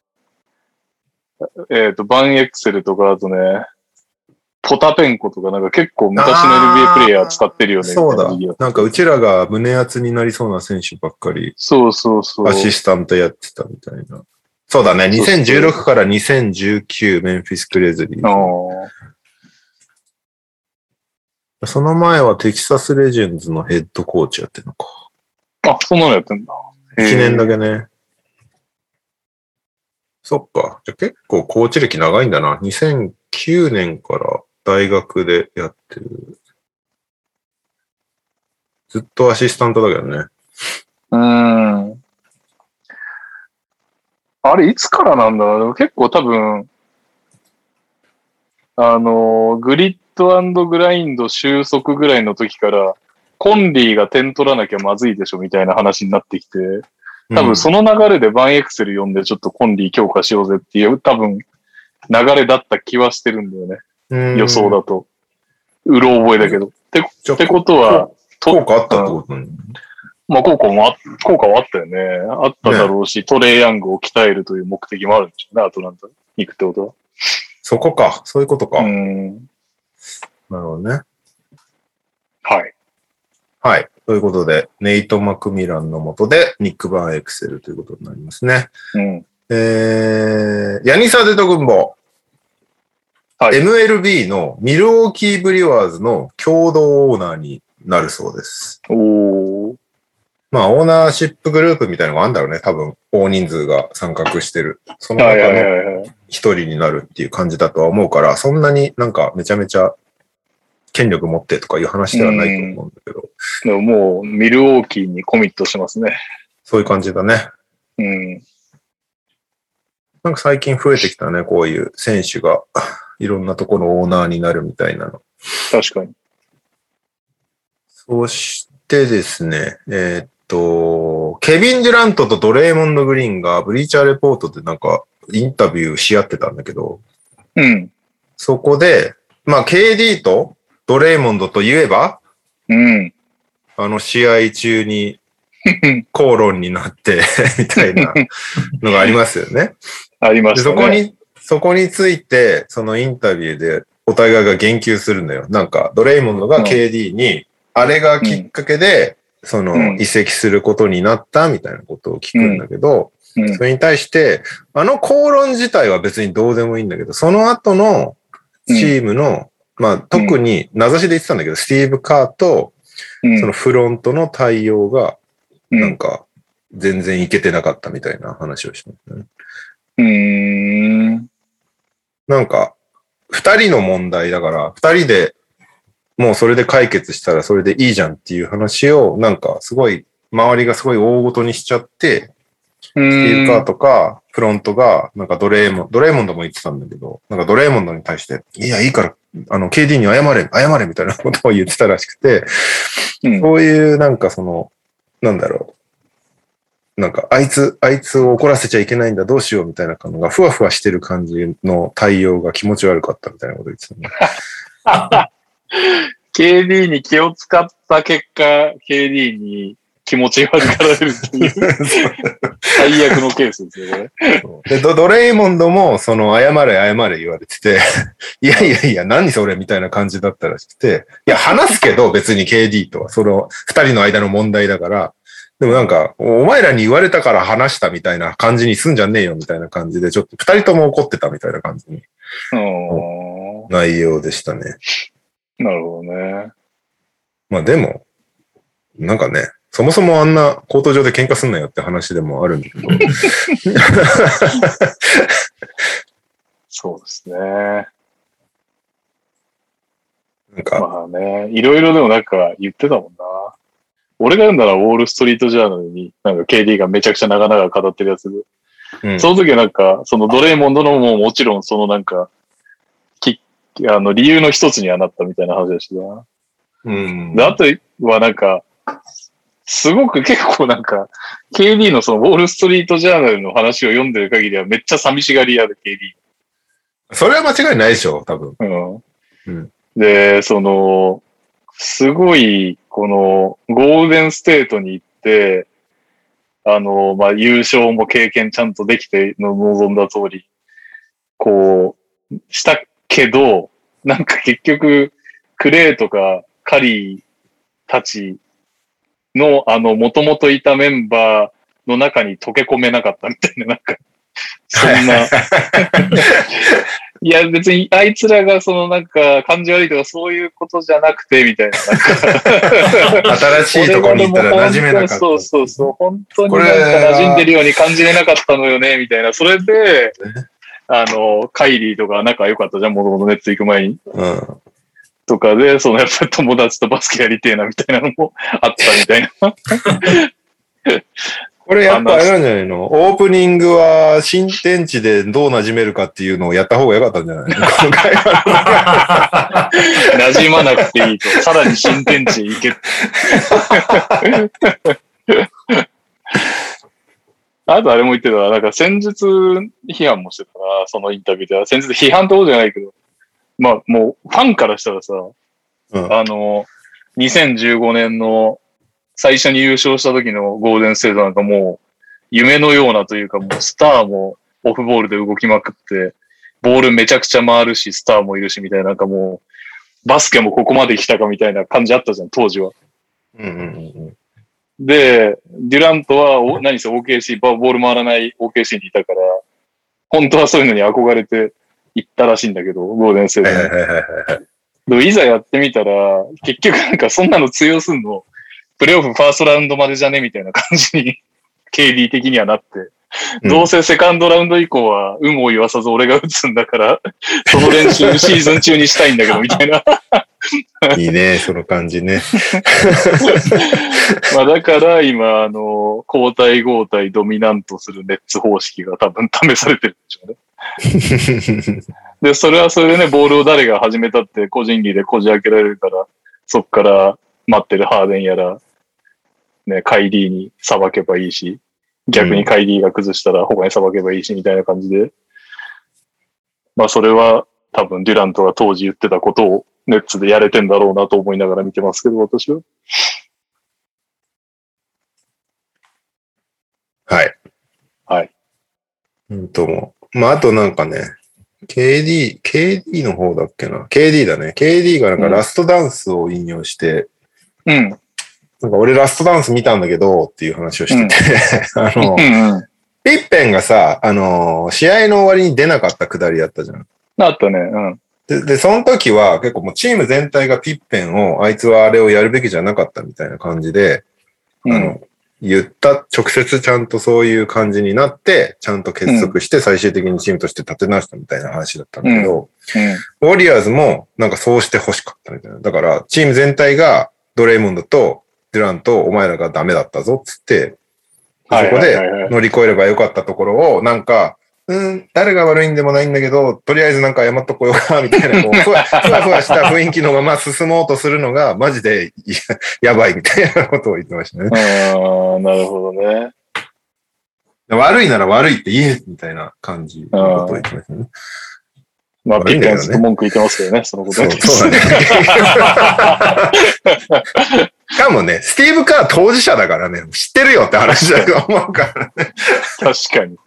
バンエクセルとか、あとね、ポタペンコとかなんか結構昔の NBA プレイヤー使ってるよね。 そうだ。なんかうちらが胸厚になりそうな選手ばっかり。 そうそうそう。 アシスタントやってたみたいな。そうだね。2016から2019メンフィス・グレズリーズ。その前はテキサス・レジェンズのヘッドコーチやってるのか。 あ、そんなのやってんだ。 1年だけね。そっか。じゃ結構コーチ歴長いんだな。2009年から大学でやってる。ずっとアシスタントだけどね。 あれ、いつからなんだろう。結構多分、グリッド&グラインド収束ぐらいの時から、コンリーが点取らなきゃまずいでしょみたいな話になってきて、多分その流れでバンエクセル読んでちょっとコンリー強化しようぜっていう多分流れだった気はしてるんだよね。予想だと。うろ覚えだけど。ってことは、 効果あったってことね。 まあ効果はあったよね。あっただろうし、トレイヤングを鍛えるという目的もあるんでしょうね。アトランタに行くってことは。 そこか。そういうことか。なるほどね。 はい。 はい。ということで、ネイト・マクミランの下で、ニック・バンエクセルということになりますね。ヤニサ・デト・グンボ。はい。MLB のミルウォーキー・ブリュワーズの共同オーナーになるそうです。まあ、オーナーシップグループみたいなのがあるんだろうね。多分、大人数が参画してる。その中の一人になるっていう感じだとは思うから、そんなになんかめちゃめちゃ権力持ってとかいう話ではないと思うんだけど。 でももう、ミルウォーキーにコミットしますね。 そういう感じだね。なんか最近増えてきたね、こういう選手がいろんなところのオーナーになるみたいなの。 確かに。 そしてですね、ケビン・デュラントとドレーモンド・グリーンがブリーチャーレポートでなんかインタビューし合ってたんだけど、そこで、まあ KD とドレーモンドといえば、試合中に口論になってみたいなのがありますよね。 ありましたね。 そこについて、そのインタビューでお互いが言及するんだよ。なんか、ドレイモンドが KD に、あれがきっかけで、移籍することになったみたいなことを聞くんだけど、それに対して、口論自体は別にどうでもいいんだけど、その後のチームの、まあ、特に名指しで言ってたんだけど、スティーブ・カーと、そのフロントの対応が、なんか、全然いけてなかったみたいな話をしてましたね。なんか、二人の問題だから、二人でもうそれで解決したらそれでいいじゃんっていう話を、なんかすごい、周りがすごい大ごとにしちゃって、スティーブ・カーとかフロントが、なんかドレーモンドも言ってたんだけど、なんかドレーモンドに対して、いや、いいから、KD に謝れみたいなことを言ってたらしくて、そういうなんかなんだろう。なんか、あいつを怒らせちゃいけないんだ、どうしようみたいなのが、ふわふわしてる感じの対応が気持ち悪かったみたいなこと言ってたね。 KD に気を使った結果、KD に気持ち悪がられるっていう最悪のケースですよ、これ。で、ドレイモンドも、謝れ言われてて、いや、何それみたいな感じだったらしくて、いや、話すけど別に KD とは、二人の間の問題だから、でもなんか、お前らに言われたから話したみたいな感じにすんじゃねえよみたいな感じで、ちょっと二人とも怒ってたみたいな感じに。内容でしたね。 なるほどね。 まあでも、なんかね、そもそもあんなコート上で喧嘩すんなよって話でもあるんだけど。 そうですね。 なんか。 まあね、いろいろでもなんか言ってたもんな。俺が読んだらウォールストリートジャーナルになんか KD がめちゃくちゃ長々語ってるやつで。その時はなんか、そのドレイモンドのもちろんそのなんか、理由の一つにはなったみたいな話でしたな。で、あとはなんか、 すごく結構なんか、KD のそのウォールストリートジャーナルの話を読んでる限りはめっちゃ寂しがり屋で KD。 それは間違いないでしょ、多分。 うん。で、すごい、この、ゴールデンステートに行って、優勝も経験ちゃんとできて望んだ通り、こう、したけど、なんか結局、クレイとかカリーたちの、元々いたメンバーの中に溶け込めなかったみたいな、なんか、そんな。いや、別にあいつらがなんか感じ悪いとかそういうことじゃなくて、みたいな。 新しいところに行ったら馴染めなかった。 そう。本当になんか馴染んでるように感じれなかったのよね、みたいな。それで、カイリーとか仲良かったじゃん、もともとネッツ行く前に。とかで、やっぱり友達とバスケやりてえな、みたいなのもあったみたいな。 これやっぱあれなんじゃないの？オープニングは新天地でどう馴染めるかっていうのをやった方が良かったんじゃないの？今回は。 馴染まなくていいと。さらに新天地へ行け。あとあれも言ってたなんか戦術批判もしてたな、そのインタビューでは。戦術批判ってことじゃないけど、まあもうファンからしたらさ、2015年の最初に優勝した時のゴールデンステートなんかもう夢のようなというかもうスターもオフボールで動きまくって、ボールめちゃくちゃ回るし、スターもいるしみたいななんかもうバスケもここまで来たかみたいな感じあったじゃん、当時は。で、デュラントは何せ OKC、ボール回らない OKC にいたから、本当はそういうのに憧れて行ったらしいんだけど、ゴールデンステートに。でもいざやってみたら、結局なんかそんなの通用すんの、プレイオフファーストラウンドまでじゃねみたいな感じに、KD 的にはなって、どうせセカンドラウンド以降は、有無を言わさず俺が打つんだから、その練習シーズン中にしたいんだけど、みたいな。 いいね、その感じね。 まあだから今、交代交代ドミナントするネッツ方式が多分試されてるんでしょうね。で、それはそれでね、ボールを誰が始めたって個人技でこじ開けられるから、そっから待ってるハーデンやら、ね、カイリーにさばけばいいし、逆にカイリーが崩したら他にさばけばいいし、みたいな感じで。まあそれは多分デュラントが当時言ってたことをネッツでやれてんだろうなと思いながら見てますけど、私は。 はい。 はい。 まああとなんかね、KD の方だっけな。KD だね。KD がなんかラストダンスを引用して、なんか俺ラストダンス見たんだけどっていう話をしてて、ピッペンがさ、試合の終わりに出なかったくだりやったじゃん。 あったね。 で、その時は結構もうチーム全体がピッペンを、あいつはあれをやるべきじゃなかったみたいな感じで、言った、直接ちゃんとそういう感じになって、ちゃんと結束して最終的にチームとして立て直したみたいな話だったんだけど、ウォリアーズもなんかそうして欲しかったみたいな。だからチーム全体がドレイモンドとデュラントお前らがダメだったぞっつって、そこで乗り越えればよかったところを、なんか、誰が悪いんでもないんだけど、とりあえずなんか謝っとこようか、みたいな、こう、ふわふわした雰囲気のまま進もうとするのが、マジでやばいみたいなことを言ってましたね。 ああ、なるほどね。 悪いなら悪いって言え、みたいな感じのことを言ってましたね。 まあ、ピッケンスと文句言ってますけどね、そのことね。 そうだね。しかもね、スティーブ・カー当事者だからね、知ってるよって話だと思うからね。 確かに。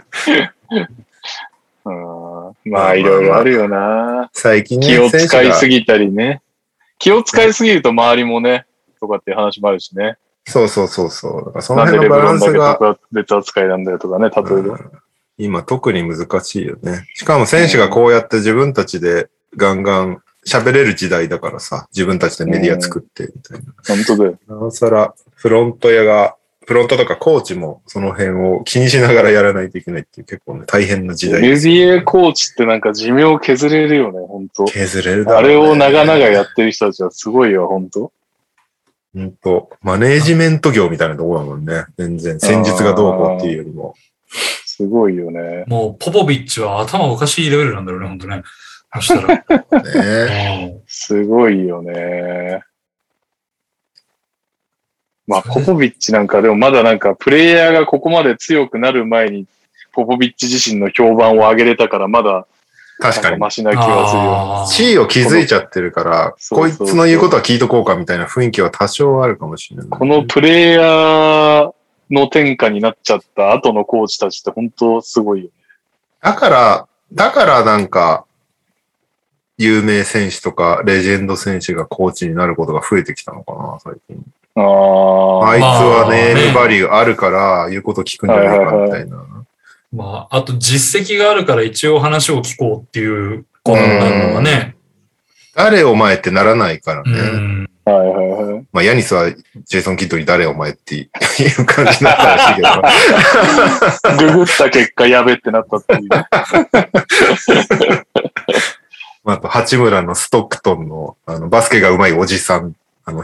まあ、いろいろあるよな。 最近ね、 気を使いすぎたりね。気を使いすぎると周りもね、とかっていう話もあるしね。 そう。だからその辺のバランスが。なんでレブロンだけとか別扱いなんだよとかね、例えば。 今特に難しいよね。しかも選手がこうやって自分たちでガンガン喋れる時代だからさ、自分たちでメディア作ってみたいな。 本当だよ。 なおさらフロントとかコーチもその辺を気にしながらやらないといけないっていう結構ね、大変な時代です、ね。 NBA コーチってなんか寿命削れるよね、本当。 削れるだろうね。 あれを長々やってる人たちはすごいよ、本当。 マネージメント業みたいなところだもんね。全然。戦術がどうこうっていうよりも。 すごいよね。 もう、ポポビッチは頭おかしいレベルなんだろうね、本当ね。そしたら。 ね、すごいよね。 まあ、ポポビッチなんかでもまだなんかプレイヤーがここまで強くなる前にポポビッチ自身の評判を上げれたからまだ確かにマシな気がするよ。 地位を築いちゃってるから、こいつの言うことは聞いとこうかみたいな雰囲気は多少あるかもしれない。 このプレイヤーの天下になっちゃった後のコーチたちって本当すごいよね。 だからなんか、有名選手とかレジェンド選手がコーチになることが増えてきたのかな、最近。あいつはネームバリューあるから言うこと聞くんじゃないかみたいな。 まあ、あと実績があるから一応話を聞こうっていうことになるのがね。 誰お前ってならないからね。 はいはいはい。 まあ、ヤニスはジェイソン・キッドに誰お前っていう感じになったらしいけど。ググった結果やべってなったっていう。 あと、八村のストックトンのバスケが上手いおじさん。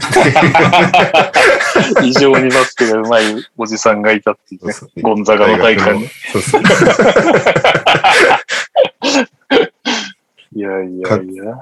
異常にバスケが上手いおじさんがいたっていうね。ゴンザガの大会に。そうそういやいやいや。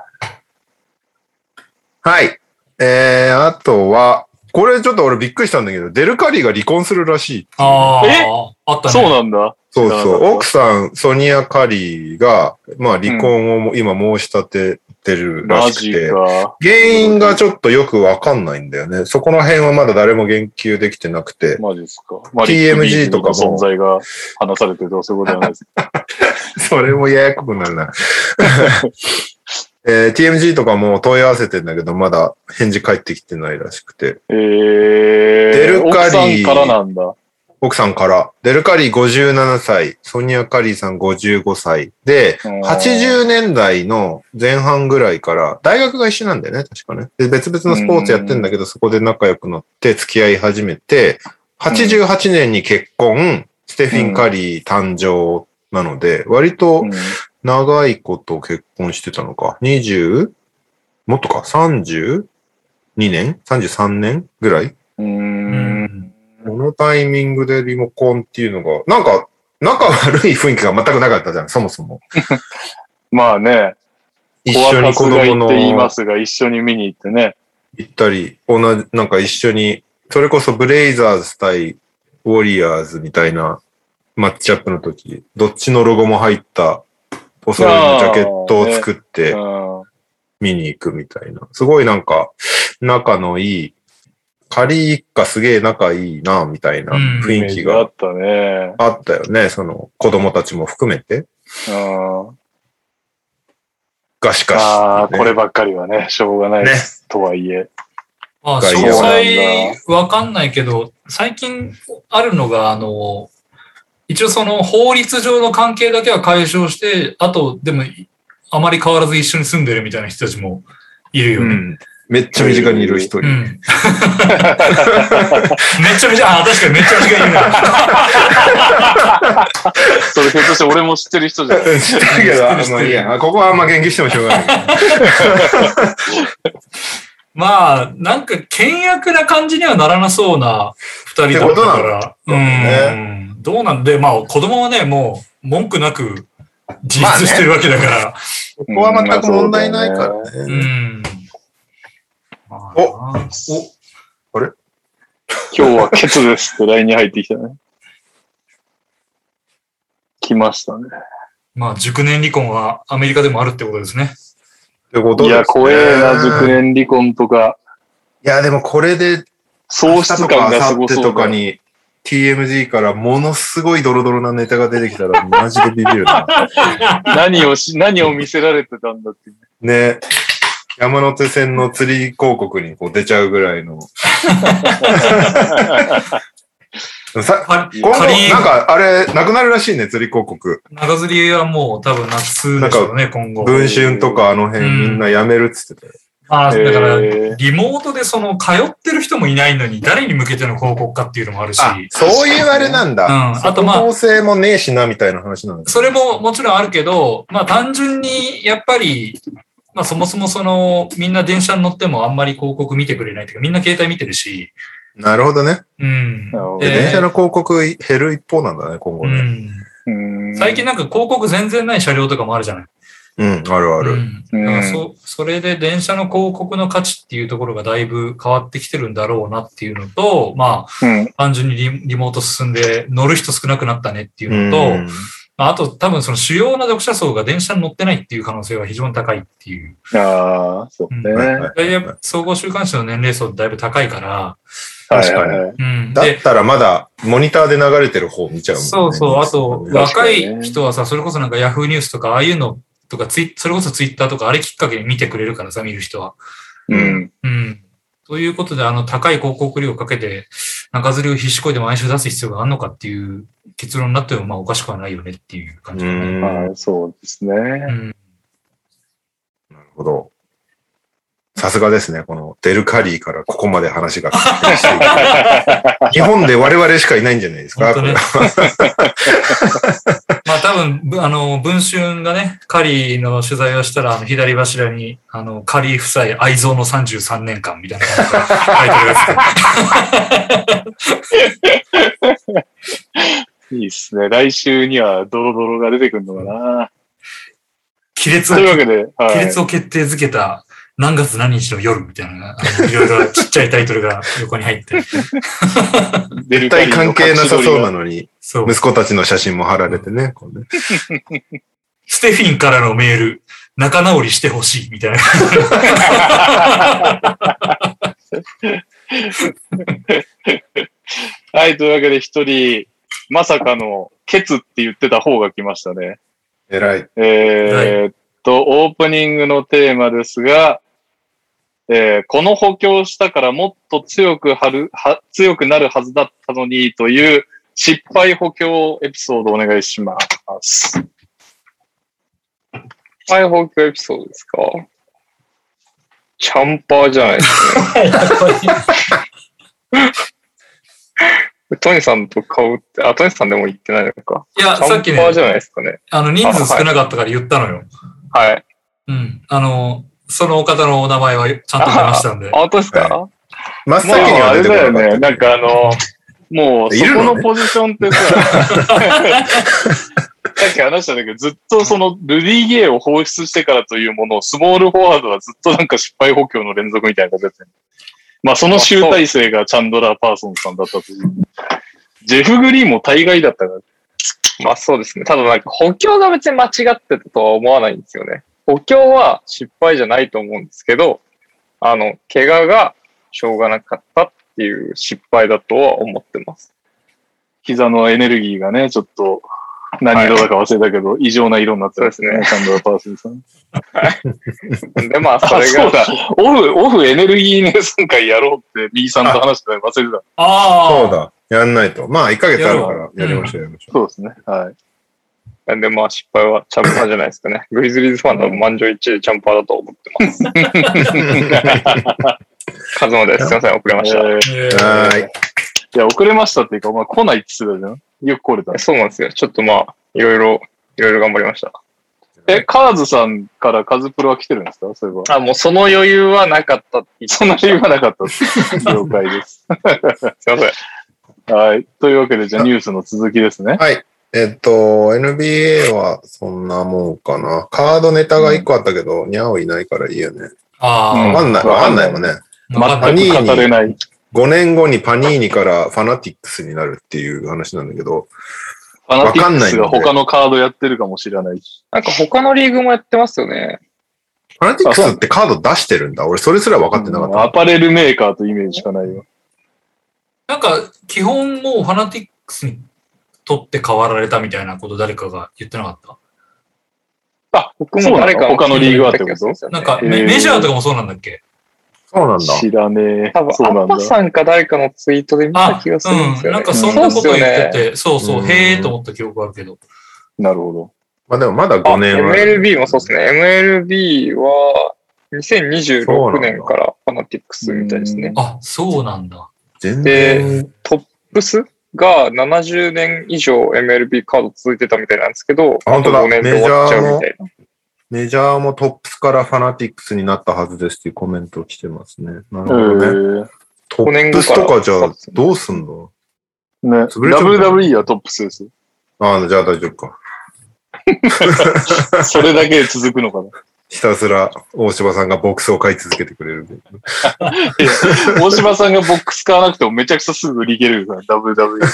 はい。あとは、これちょっと俺びっくりしたんだけど、デルカリーが離婚するらしい。 あったね。 そうなんだ。 そうそう。奥さん、ソニア・カリーが、まあ離婚を今申し立ててるらしくて、原因がちょっとよくわかんないんだよね。そこの辺はまだ誰も言及できてなくて。 マジですか。 TMG とかも。 存在が話されてるとそういうことじゃないですか。 それもややこくなるな。TMG とかも問い合わせてんだけど、まだ返事返ってきてないらしくて。デルカリー。 奥さんからなんだ。 奥さんから。デルカリー57歳、ソニア・カリーさん55歳。で、80年代の前半ぐらいから、大学が一緒なんだよね、確かね。で、別々のスポーツやってんだけど、そこで仲良くなって付き合い始めて、88年に結婚、ステフィン・カリー誕生なので、割と長いこと結婚してたのか。もっとか ?32 年 ?33 年ぐらいこのタイミングでリモコンっていうのが、なんか、仲悪い雰囲気が全くなかったじゃん、そもそも。 まあね。 一緒に子供の。 って言いますが、一緒に見に行ってね。 行ったり、なんか一緒に、それこそブレイザーズ対ウォリアーズみたいなマッチアップの時、どっちのロゴも入ったお揃いのジャケットを作って見に行くみたいな。すごいなんか、仲のいい、カリー一家すげえ仲いいな、みたいな雰囲気があったね。 あったよね。その子供たちも含めて。がしかし、 ね。こればっかりはね、しょうがないです。ね、とはいえ。 まあ、詳細わかんないけど、最近あるのが、一応その法律上の関係だけは解消して、あと、でも、あまり変わらず一緒に住んでるみたいな人たちもいるよね。 めっちゃ身近にいる人。めっちゃ確かにめっちゃ身近にいるな。 それひょっとして俺も知ってる人じゃん。 知ってるけど、まあいいや。ここはあんま言及してもしょうがない。 まあ、なんか、険悪な感じにはならなそうな二人だったから。どうなんで、まあ、子供はね、もう、文句なく自立してるわけだから。 ここは全く問題ないからね。あれ今日はケツですって LINE に入ってきたね。来ましたね。 まあ、熟年離婚はアメリカでもあるってことですね。 いや、怖えな、熟年離婚とか。 いや、でもこれで、 喪失感がすごそうだ。 とかに TMG からものすごいドロドロなネタが出てきたらマジでビビるな。 何を見せられてたんだってね。山手線の釣り広告にこう出ちゃうぐらいの。今後、なんかあれ、なくなるらしいね、釣り広告。 長釣りはもう多分夏でしょうね、今後。 文春とかあの辺みんなやめるっつってたよ。 だから、リモートで通ってる人もいないのに、誰に向けての広告かっていうのもあるし。 そういうあれなんだ。 あとまあ。 構成もねえしな、みたいな話なんだ。 それももちろんあるけど、まあ単純に、やっぱり、まあそもそもみんな電車に乗ってもあんまり広告見てくれないというか、みんな携帯見てるし。 なるほどね。電車の広告減る一方なんだね、今後ね。 最近なんか広告全然ない車両とかもあるじゃない。 うん、あるある。 それで電車の広告の価値っていうところがだいぶ変わってきてるんだろうなっていうのと、まあ、単純にリモート進んで乗る人少なくなったねっていうのと、あと多分その主要な読者層が電車に乗ってないっていう可能性は非常に高いっていう。 ああ、そうね。 総合週刊誌の年齢層だいぶ高いから、 確かに。だったらまだモニターで流れてる方見ちゃうもんね。 そうそう。あと、若い人はさ、それこそなんかヤフーニュースとか、ああいうのとか、それこそツイッターとか、あれきっかけに見てくれるからさ、見る人は。ということで、高い広告料をかけて、中吊りを必死こいで毎週出す必要があるのかっていう結論になっても、まあおかしくはないよねっていう感じだね。 まあ、そうですね。なるほど。さすがですね。このデルカリーからここまで話が日本で我々しかいないんじゃないですか。ね、 まあ多分、文春がね、カリーの取材をしたら、左柱に、カリー夫妻愛蔵の33年間みたいな感じで書いてるやつ。いいっすね。来週にはドロドロが出てくるのかな。 亀裂を決定づけた何月何日の夜みたいな、いろいろちっちゃいタイトルが横に入って。 絶対関係なさそうなのに、息子たちの写真も貼られてね。 ステフィンからのメール、仲直りしてほしいみたいな。 はい、というわけで一人、まさかのケツって言ってた方が来ましたね。 偉い。 オープニングのテーマですが、この補強したからもっと強くなるはずだったのにという失敗補強エピソードお願いします。 失敗補強エピソードですか？チャンパーじゃないですかね。トニーさんと買うって、トニーさんでも言ってないのか。 いや、さっきね、 チャンパーじゃないですかね。 人数少なかったから言ったのよ。 はい。 そのお方のお名前はちゃんと出ましたんで。 本当ですか？ 真っ先には出てこなかった。 あれだよね。なんかもうそこのポジションってさ、さっき話したんだけど、ずっとそのルディゲーを放出してからというものを、スモールフォワードはずっとなんか失敗補強の連続みたいな形で。まあその集大成がチャンドラー・パーソンさんだったという。ジェフ・グリーンも大概だったから。 まあそうですね。ただなんか補強が別に間違ってたとは思わないんですよね。補強は失敗じゃないと思うんですけど、怪我がしょうがなかったっていう失敗だとは思ってます。 膝のエネルギーがね、ちょっと何色だか忘れたけど、異常な色になってますね。チャンドラー・パーソンさん。 で、まあそれが。 そうだ。オフエネルギーネス会やろうって、B さんと話してたの忘れてた。 そうだ。やんないと。まあ1ヶ月あるからやりましょう。 そうですね。はい。 で、まあ失敗はチャンパーじゃないですかね。グリズリーズファンの満場一致でチャンパーだと思ってます。カズマです。すいません、遅れました。 はい。 いや、遅れましたっていうか、まあ来ないって言ってたじゃん。よく来れた。 そうなんですよ。ちょっとまあ、いろいろ頑張りました。 カーズさんからカズプロは来てるんですか？そういえば。 もうその余裕はなかったって言ってその余裕はなかった。了解です。 すいません。 はい。というわけで、じゃあニュースの続きですね。 はい。NBA はそんなもんかな。カードネタが1個あったけど、ニャオいないからいいよね。わかんないもんね。 全く語れない。 5年後にパニーニからファナティックスになるっていう話なんだけど。 ファナティックスが他のカードやってるかもしれないし。 なんか他のリーグもやってますよね。 ファナティックスってカード出してるんだ。俺それすら分かってなかった。 アパレルメーカーというイメージしかないよ。 なんか、基本もうファナティックスにとって変わられたみたいなこと誰かが言ってなかった？ 僕も誰か他のリーグはってこと？ なんか、メジャーとかもそうなんだっけ？ そうなんだ。 知らねえ。 多分、アッパさんか誰かのツイートで見た気がするんですよね。 なんかそんなこと言ってて、そう、へーと思った記憶あるけど。 なるほど。 まあでもまだ5年は。 MLB もそうですね。MLB は2026年からファナティックスみたいですね。 そうなんだ。 で、トップスが70年以上 MLB カード続いてたみたいなんですけど、 本当だ。 5年で終わっちゃうみたいな。 メジャーもトップスからファナティックスになったはずですっていうコメント来てますね。なるほどね。トップスとかじゃあどうすんの？ ね。WWE はトップスです。 じゃあ大丈夫か。 それだけで続くのかな。 ひたすら大柴さんがボックスを買い続けてくれる。 大柴さんがボックス買わなくてもめちゃくちゃすぐ売り切れるから、WWE。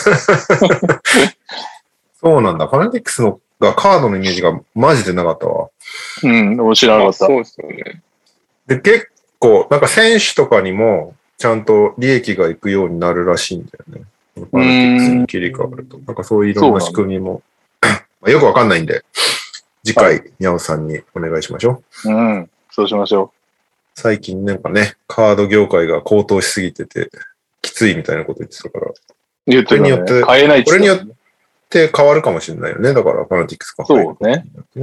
そうなんだ。ファナティックスのがカードのイメージがマジでなかったわ。 うん、知らなかった。 そうですよね。 で、結構、なんか選手とかにもちゃんと利益がいくようになるらしいんだよね。ファナティックスに切り替わると。なんかそういういろんな仕組みも。よくわかんないんで。次回、にゃおさんにお願いしましょう。うん、そうしましょう。 最近なんかね、カード業界が高騰しすぎてて、きついみたいなこと言ってたから。 言ってたね。買えないこれによって変わるかもしれないよね。だから、ファナティックスがそうね。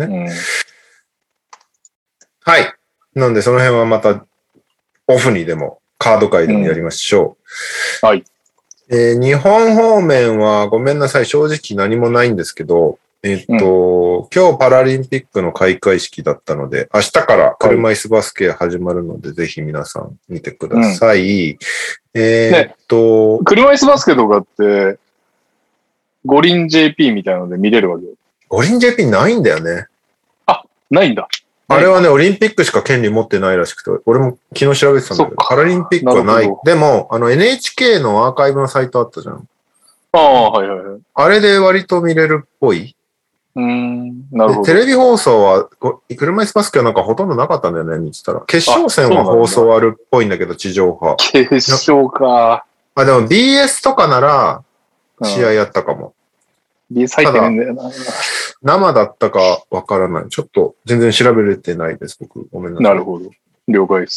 はい。なんで、その辺はまた、オフにでも、カード界でもやりましょう。はい。 日本方面は、ごめんなさい、正直何もないんですけど、今日パラリンピックの開会式だったので、明日から車椅子バスケ始まるので、ぜひ皆さん見てください。 車椅子バスケとかって、五輪 JP みたいなので見れるわけよ。 五輪 JP ないんだよね。 あ、ないんだ。 あれはね、オリンピックしか権利持ってないらしくて、俺も昨日調べてたんだけど、パラリンピックはない。でも、NHK のアーカイブのサイトあったじゃん。 ああ、はいはいはい。 あれで割と見れるっぽい。 なるほど。 テレビ放送は、車椅子バスケはなんかほとんどなかったんだよね、見てたら。決勝戦は放送あるっぽいんだけど、地上波。 決勝か。 でも BS とかなら、試合やったかも。 BS 入ってないんだよな。 生だったかわからない。ちょっと全然調べれてないです、僕。ごめんなさい。 なるほど。了解です。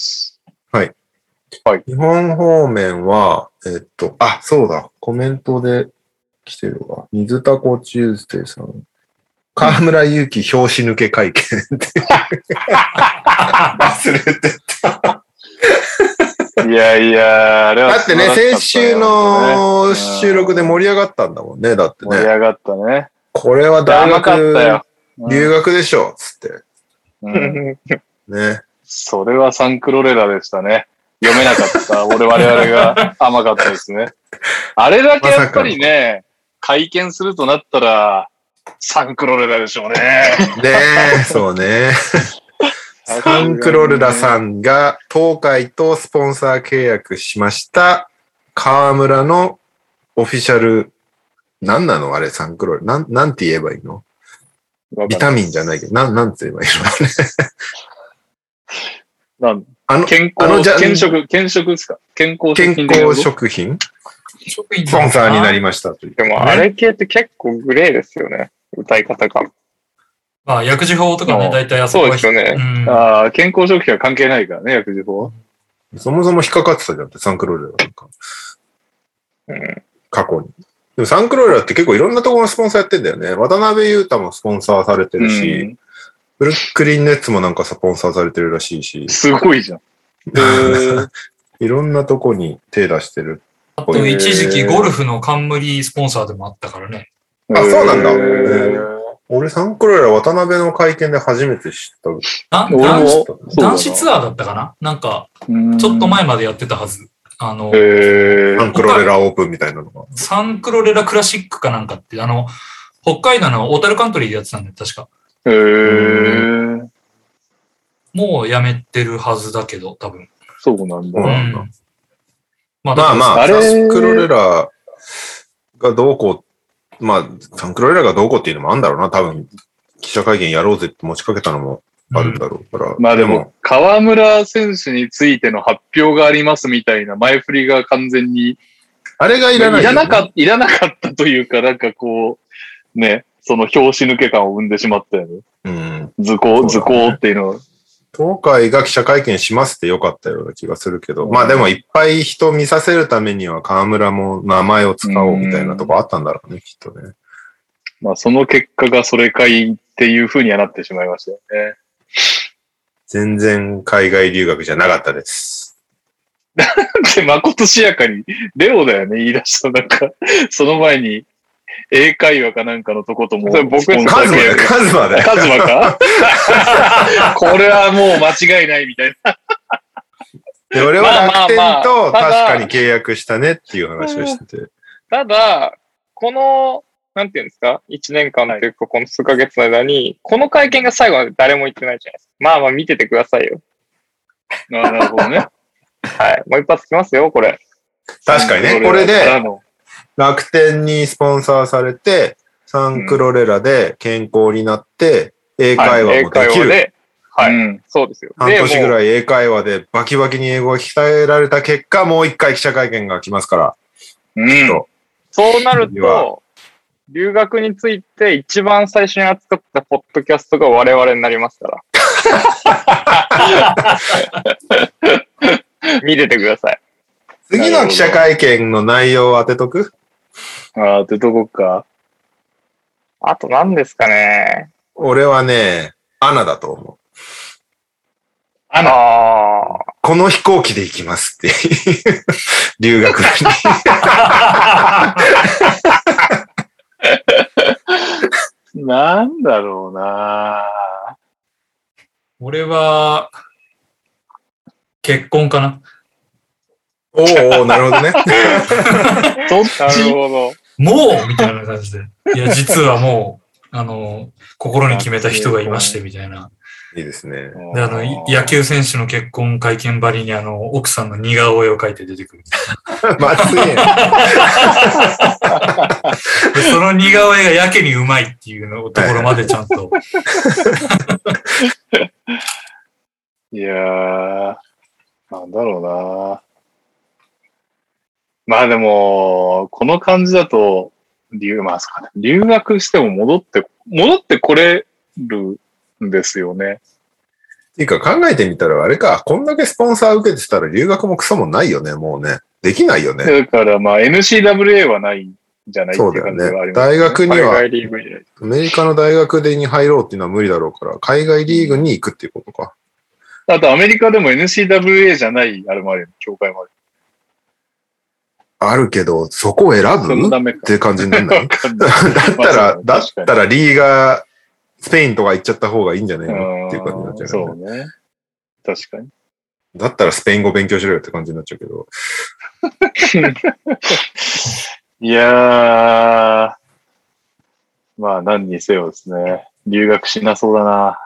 はい。 はい。 日本方面は、そうだ。コメントで来てるわ。水田コチューズデーさん。河村勇輝表紙抜け会見って忘れてた。 いやいや、あれはだってね、先週の収録で盛り上がったんだもんね、だってね。 盛り上がったね。 これは大学留学でしょ、つって。ね。 それはサンクロレラでしたね。読めなかった。我々が甘かったですね。あれだけやっぱりね、会見するとなったら、サンクロレラでしょうね。 ねえ、そうね。サンクロレラさんが東海とスポンサー契約しました。河村のオフィシャル、何なのあれ、サンクロレラ。なんて言えばいいの？ビタミンじゃないけど、なんて言えばいいの健食ですか？健康食品スポンサーになりましたという。 でも、あれ系って結構グレーですよね。歌い方が。 まあ、薬事法とかね、大体そうですよね。 健康食品は関係ないからね、薬事法は。 そもそも引っかかってたじゃんって、サンクロレラなんか。過去に。でもサンクロレラって結構いろんなところのスポンサーやってんだよね。渡辺裕太もスポンサーされてるし、ブルックリンネッツもなんかスポンサーされてるらしいし。 すごいじゃん。 いろんなとこに手出してる。 あと、一時期ゴルフの冠スポンサーでもあったからね。 あ、そうなんだ。俺、サンクロレラ渡辺の会見で初めて知った。 男子ツアーだったかななんか、ちょっと前までやってたはず。 サンクロレラオープンみたいなのが。 サンクロレラクラシックかなんかって、北海道の小樽カントリーでやってたんだよ、確か。もうやめてるはずだけど、多分。 そうなんだ。 まあ、サンクロレラがどうこう、まあ、サンクロレラがどうこうっていうのもあるんだろうな。多分、記者会見やろうぜって持ちかけたのもあるんだろうから。 まあでも、河村選手についての発表がありますみたいな前振りが完全に、 あれがいらない、ね。 いらなかったというか、なんかこう、ね、その表紙抜け感を生んでしまったよね。図工っていうのは。 東海が記者会見しますってよかったような気がするけど、まあでもいっぱい人見させるためには河村も名前を使おうみたいなとこあったんだろうね、きっとね。 まあその結果がそれかいっていう風にはなってしまいましたよね。 全然海外留学じゃなかったです。 で、まことしやかに、レオだよね、言い出した。なんか、その前に、英会話かなんかのとことも。 僕、 カズマだよ。 カズマかこれはもう間違いないみたいな。 で俺は楽天と確かに契約したねっていう話をしてて。 ただ、この、 なんていうんですか ?1 年間というか、この数ヶ月の間に、この会見が最後まで誰も言ってないじゃないですか。まあまあ見ててくださいよ。 なるほどね。 はい。もう一発きますよ、これ。 確かにね、これで、楽天にスポンサーされて、サンクロレラで健康になって、英会話もできる。 はい。そうですよ。 半年ぐらい英会話でバキバキに英語を鍛えられた結果、もう一回記者会見が来ますから。 そうなると、留学について一番最初に扱ったポッドキャストが我々になりますから。見ててください。 次の記者会見の内容を当てとく？ 当てとこっか。 あと何ですかね。 俺はね、アナだと思う。この飛行機で行きますって留学になんだろうな。 俺は結婚かな。 おお、なるほどね。 どっち？ なるほど。 もうみたいな感じで。いや、実はもう、心に決めた人がいましてみたいな。 いいですね。 で、野球選手の結婚会見ばりに奥さんの似顔絵を描いて出てくる。 まずいね。 でその似顔絵がやけにうまいっていうのところまでちゃんと。 いやー、なんだろうな。まあでも、この感じだと、留学しても戻ってこれるんですよね。 っていうか考えてみたらあれか、こんだけスポンサー受けてたら留学もクソもないよね、もうね。できないよね。 だからまあ NCAA はないんじゃないっていう感じがありますね。 大学には、アメリカの大学に入ろうっていうのは無理だろうから、海外リーグに行くっていうことか。 あとアメリカでも NCAA じゃない、あれもあるよね、協会もある。 あるけど、そこを選ぶって感じにならないだったらリーガー、スペインとか行っちゃった方がいいんじゃないのっていう感じになっちゃう、 そうね。確かに。 だったらスペイン語勉強しろよって感じになっちゃうけど。 いやー、まあ何にせよですね。留学しなそうだな。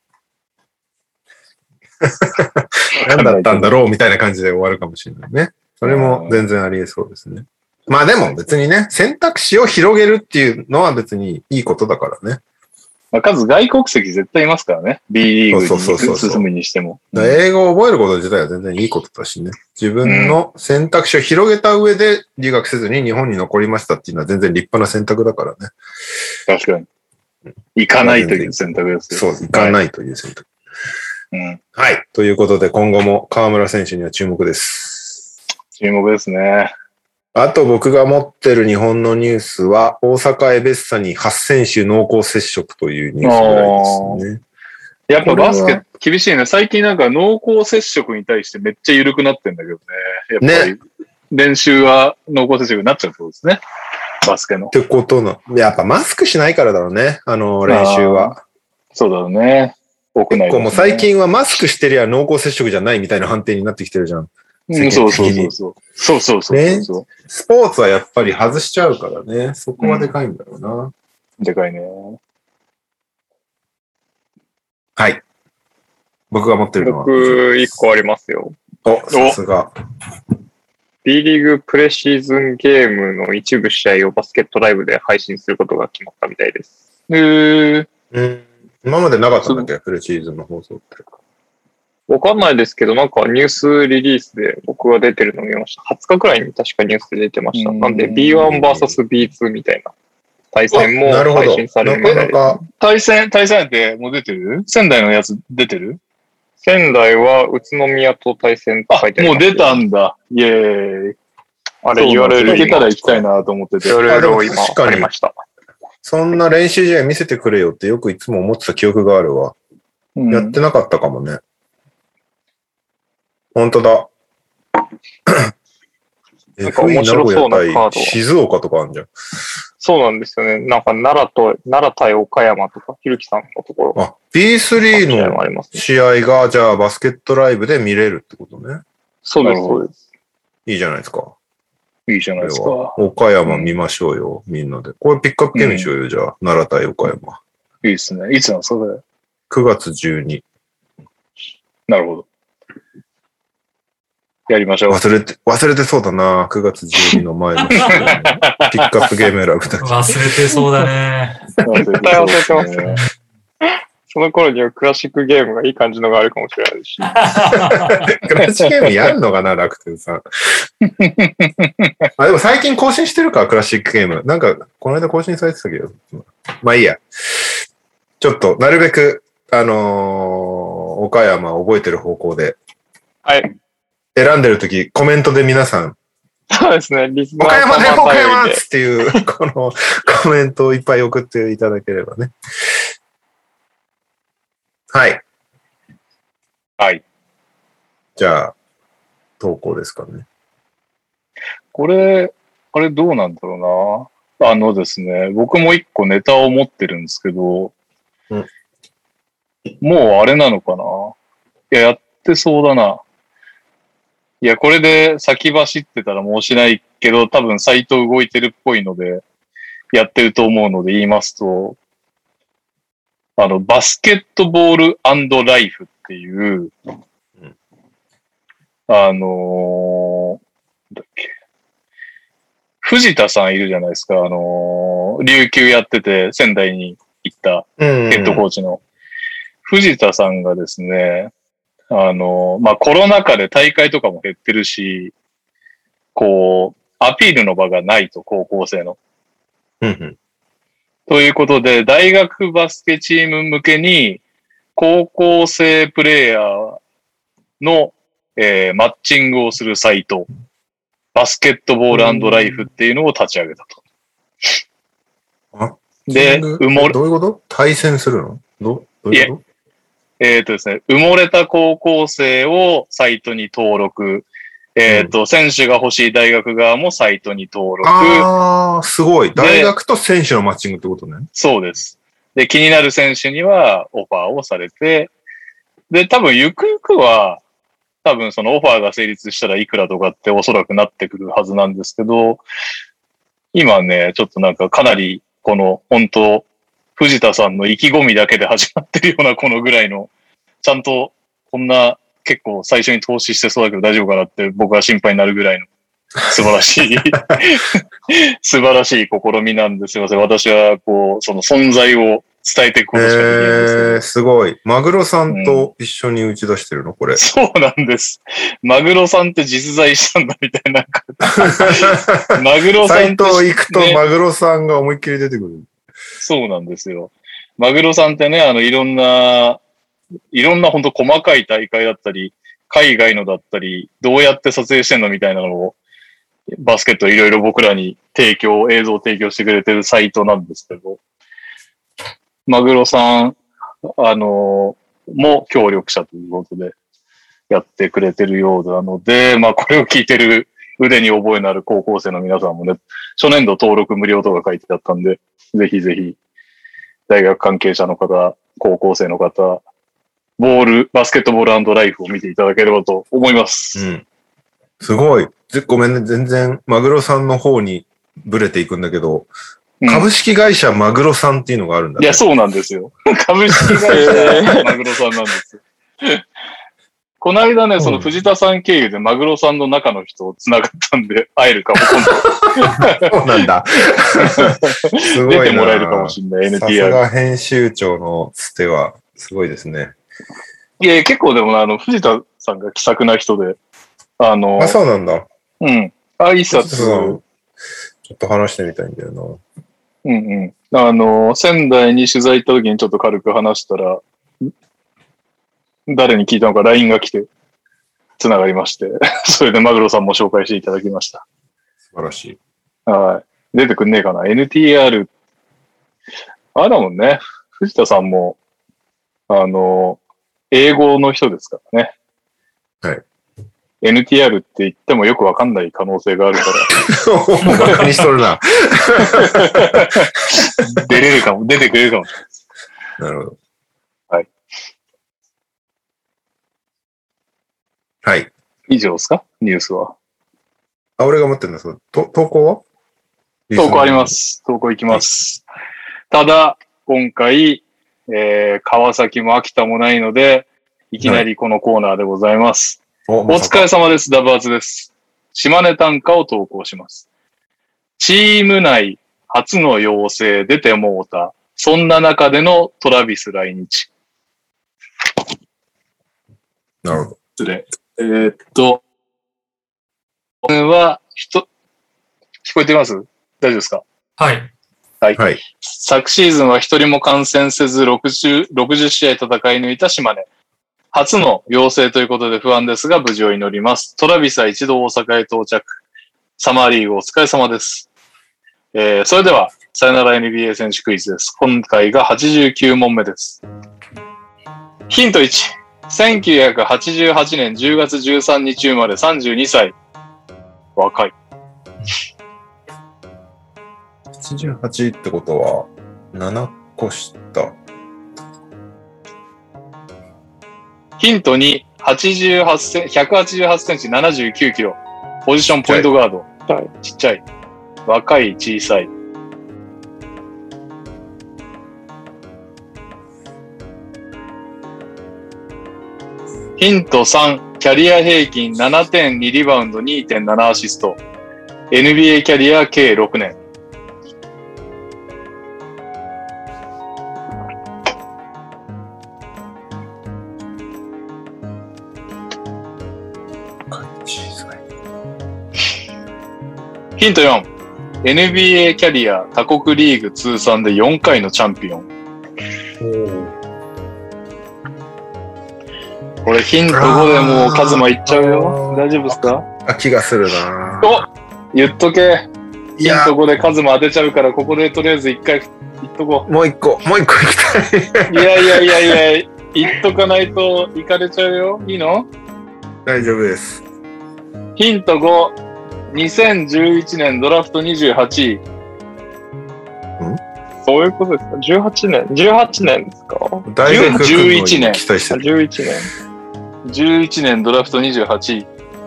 何だったんだろうみたいな感じで終わるかもしれないね。それも全然あり得そうですね。まあでも別にね、選択肢を広げるっていうのは別にいいことだからね。 まあ、数外国籍絶対いますからね。B リーグに進むにしても。 英語を覚えること自体は全然いいことだしね。自分の選択肢を広げた上で留学せずに日本に残りましたっていうのは全然立派な選択だからね。 確かに。行かないという選択ですよ。 そう、行かないという選択。 はい。 はい。ということで今後も河村選手には注目です。 注目ですね。 あと僕が持ってる日本のニュースは、大阪エベッサに8選手濃厚接触というニュースぐらいですね。 やっぱバスケ厳しいね。最近なんか濃厚接触に対してめっちゃ緩くなってんだけどね。やっぱり練習は濃厚接触になっちゃうそうですね。バスケの。 ってことの。やっぱマスクしないからだろうね。練習は。 そうだろうね。屋内、ね。 結構もう最近はマスクしてりゃ濃厚接触じゃないみたいな判定になってきてるじゃん。 そうそうそうそう。そうそうそう、 ね。スポーツはやっぱり外しちゃうからね。そこはでかいんだろうな。 でかいね。 はい。僕が持ってるのは。 僕、1個ありますよ。 さすが。 B リーグプレシーズンゲームの一部試合をバスケットライブで配信することが決まったみたいです。 今までなかったんだっけプレシーズンの放送って。 わかんないですけど、なんかニュースリリースで僕が出てるのを見ました。20日くらいに確かニュースで出てました。なんで B1vs.B2 みたいな対戦も配信されるみたいです。 対戦ってもう出てる？仙台のやつ出てる？ 仙台は宇都宮と対戦って書いてあります。 もう出たんだ。イェーイ。あれ URL 行けたら行きたいなと思ってて。 URL を今ありました。 そんな練習試合見せてくれよってよくいつも思ってた記憶があるわ。やってなかったかもね。本当だ。 なんか面白そうなカード。 静岡とかあるじゃん。 そうなんですよね。なんか奈良対岡山とか、ひるきさんのところ。 B3 の試合が、じゃあバスケットライブで見れるってことね。 そうです、そうです。 いいじゃないですか。 いいじゃないですか。 岡山見ましょうよ、みんなで。これピックアップゲームにしようよ、じゃあ。奈良対岡山。 いいですね。いつなんですか、それ。 9月12。 なるほど。やりましょう。 忘れてそうだな。9月12の前の日、ピックアップゲーム選ぶとき。 忘れてそうだね。 絶対忘れてますね。その頃にはクラシックゲームがいい感じのがあるかもしれないし。 クラシックゲームやるのかな、楽天さん。でも最近更新してるか、クラシックゲーム。なんか、この間更新されてたけど。まあいいや。ちょっと、なるべく、岡山を覚えてる方向で。 はい。 選んでるとき、コメントで皆さん。 そうですね。リスナー岡山だよ、岡山っていう、このコメントをいっぱい送っていただければね。はい。 はい。 じゃあ、投稿ですかね。 これ、あれどうなんだろうな。ですね、僕も一個ネタを持ってるんですけど、 うん、 もうあれなのかな。いや、やってそうだな。いや、これで先走ってたら申しないけど、多分サイト動いてるっぽいので、やってると思うので言いますと、バスケットボール&ライフっていう、だっけ。藤田さんいるじゃないですか。琉球やってて仙台に行ったヘッドコーチの。藤田さんがですね、まあ、コロナ禍で大会とかも減ってるし、こう、アピールの場がないと、高校生の。ということで、大学バスケチーム向けに、高校生プレイヤーの、マッチングをするサイト、バスケットボール&ライフっていうのを立ち上げたと。で、 どういうこと対戦するのどういうことですね、埋もれた高校生をサイトに登録。選手が欲しい大学側もサイトに登録。 ああ、すごい。大学と選手のマッチングってことね。 そうです。で、気になる選手にはオファーをされて、で、多分ゆくゆくは、多分そのオファーが成立したらいくらとかっておそらくなってくるはずなんですけど、今ね、ちょっとなんかかなりこの本当、藤田さんの意気込みだけで始まってるようなこのぐらいの、ちゃんとこんな結構最初に投資してそうだけど大丈夫かなって僕は心配になるぐらいの素晴らしい素晴らしい試みなんですよ。私はこう、その存在を伝えていくことしかできないんですけど。 すごい。マグロさんと一緒に打ち出してるのこれ。 そうなんです。マグロさんって実在したんだみたいな。マグロさんって、ね。サイト行くとマグロさんが思いっきり出てくる。 そうなんですよ。マグロさんってね、いろんな本当細かい大会だったり、海外のだったり、どうやって撮影してんのみたいなのを、バスケットいろいろ僕らに映像を提供してくれてるサイトなんですけど、マグロさん、も協力者ということでやってくれてるようなので、まあこれを聞いてる腕に覚えのある高校生の皆さんもね、初年度登録無料とか書いてあったんで、ぜひぜひ、大学関係者の方、高校生の方、バスケットボール&ライフを見ていただければと思います。 うん。すごい。ごめんね。全然、マグロさんの方にブレていくんだけど、株式会社マグロさんっていうのがあるんだね。 いや、そうなんですよ。株式会社マグロさんなんですよ。この間ね、その藤田さん経由でマグロさんの中の人を繋がったんで、会えるかも今度。そうなんだ。すごいな。 出てもらえるかもしれない、NTR。 さすが編集長のつては、すごいですね。 いや、結構でも藤田さんが気さくな人で、 そうなんだ。 うん。挨拶。 ちょっと話してみたいんだよな。 うんうん。仙台に取材行った時にちょっと軽く話したら、誰に聞いたのか LINE が来て、繋がりまして、それでマグロさんも紹介していただきました。 素晴らしい。 はい。出てくんねえかな ?NTR。あれだもんね。藤田さんも、英語の人ですからね。 はい。 NTR って言ってもよくわかんない可能性があるから。 もうバカにしとるな。 出てくれるかもしれないです。 なるほど。 はい。 はい。 以上ですかニュースは。 俺が持ってるんだ。投稿は投稿あります。投稿いきます。はい、ただ、今回、川崎も秋田もないので、いきなりこのコーナーでございます。はい、お疲れ様です。ダブアツです。島根短歌を投稿します。チーム内初の要請出てもうた。そんな中でのトラビス来日。 なるほど。 これは、聞こえてます？大丈夫ですか？ はい。 はい。はい、昨シーズンは一人も感染せず60試合戦い抜いた島根。初の陽性ということで不安ですが無事を祈ります。トラビスは一度大阪へ到着。サマーリーグお疲れ様です。それでは、さよなら NBA 選手クイズです。今回が89問目です。ヒント1。1988年10月13日生まれ32歳。若い。 88ってことは、7個下。 ヒント2、188センチ、79キロ。ポジションポイントガード。ちっちゃい。若い、小さい。ヒント3、キャリア平均 7.2 リバウンド 2.7 アシスト。NBA キャリア計6年。ヒント4、NBA キャリア他国リーグ通算で4回のチャンピオン。これヒント5でもうカズマいっちゃうよ。大丈夫ですか？ 気がするな。 言っとけ。ヒント5でカズマ当てちゃうから、ここでとりあえず1回言っとこう。 もう一個行きたい。 いや、言っとかないといかれちゃうよ。いいの？ 大丈夫です。 ヒント5、2011年ドラフト28位。 そういうことですか？ 18 年ですか？ 大学 11年。 11 年ドラフト28位。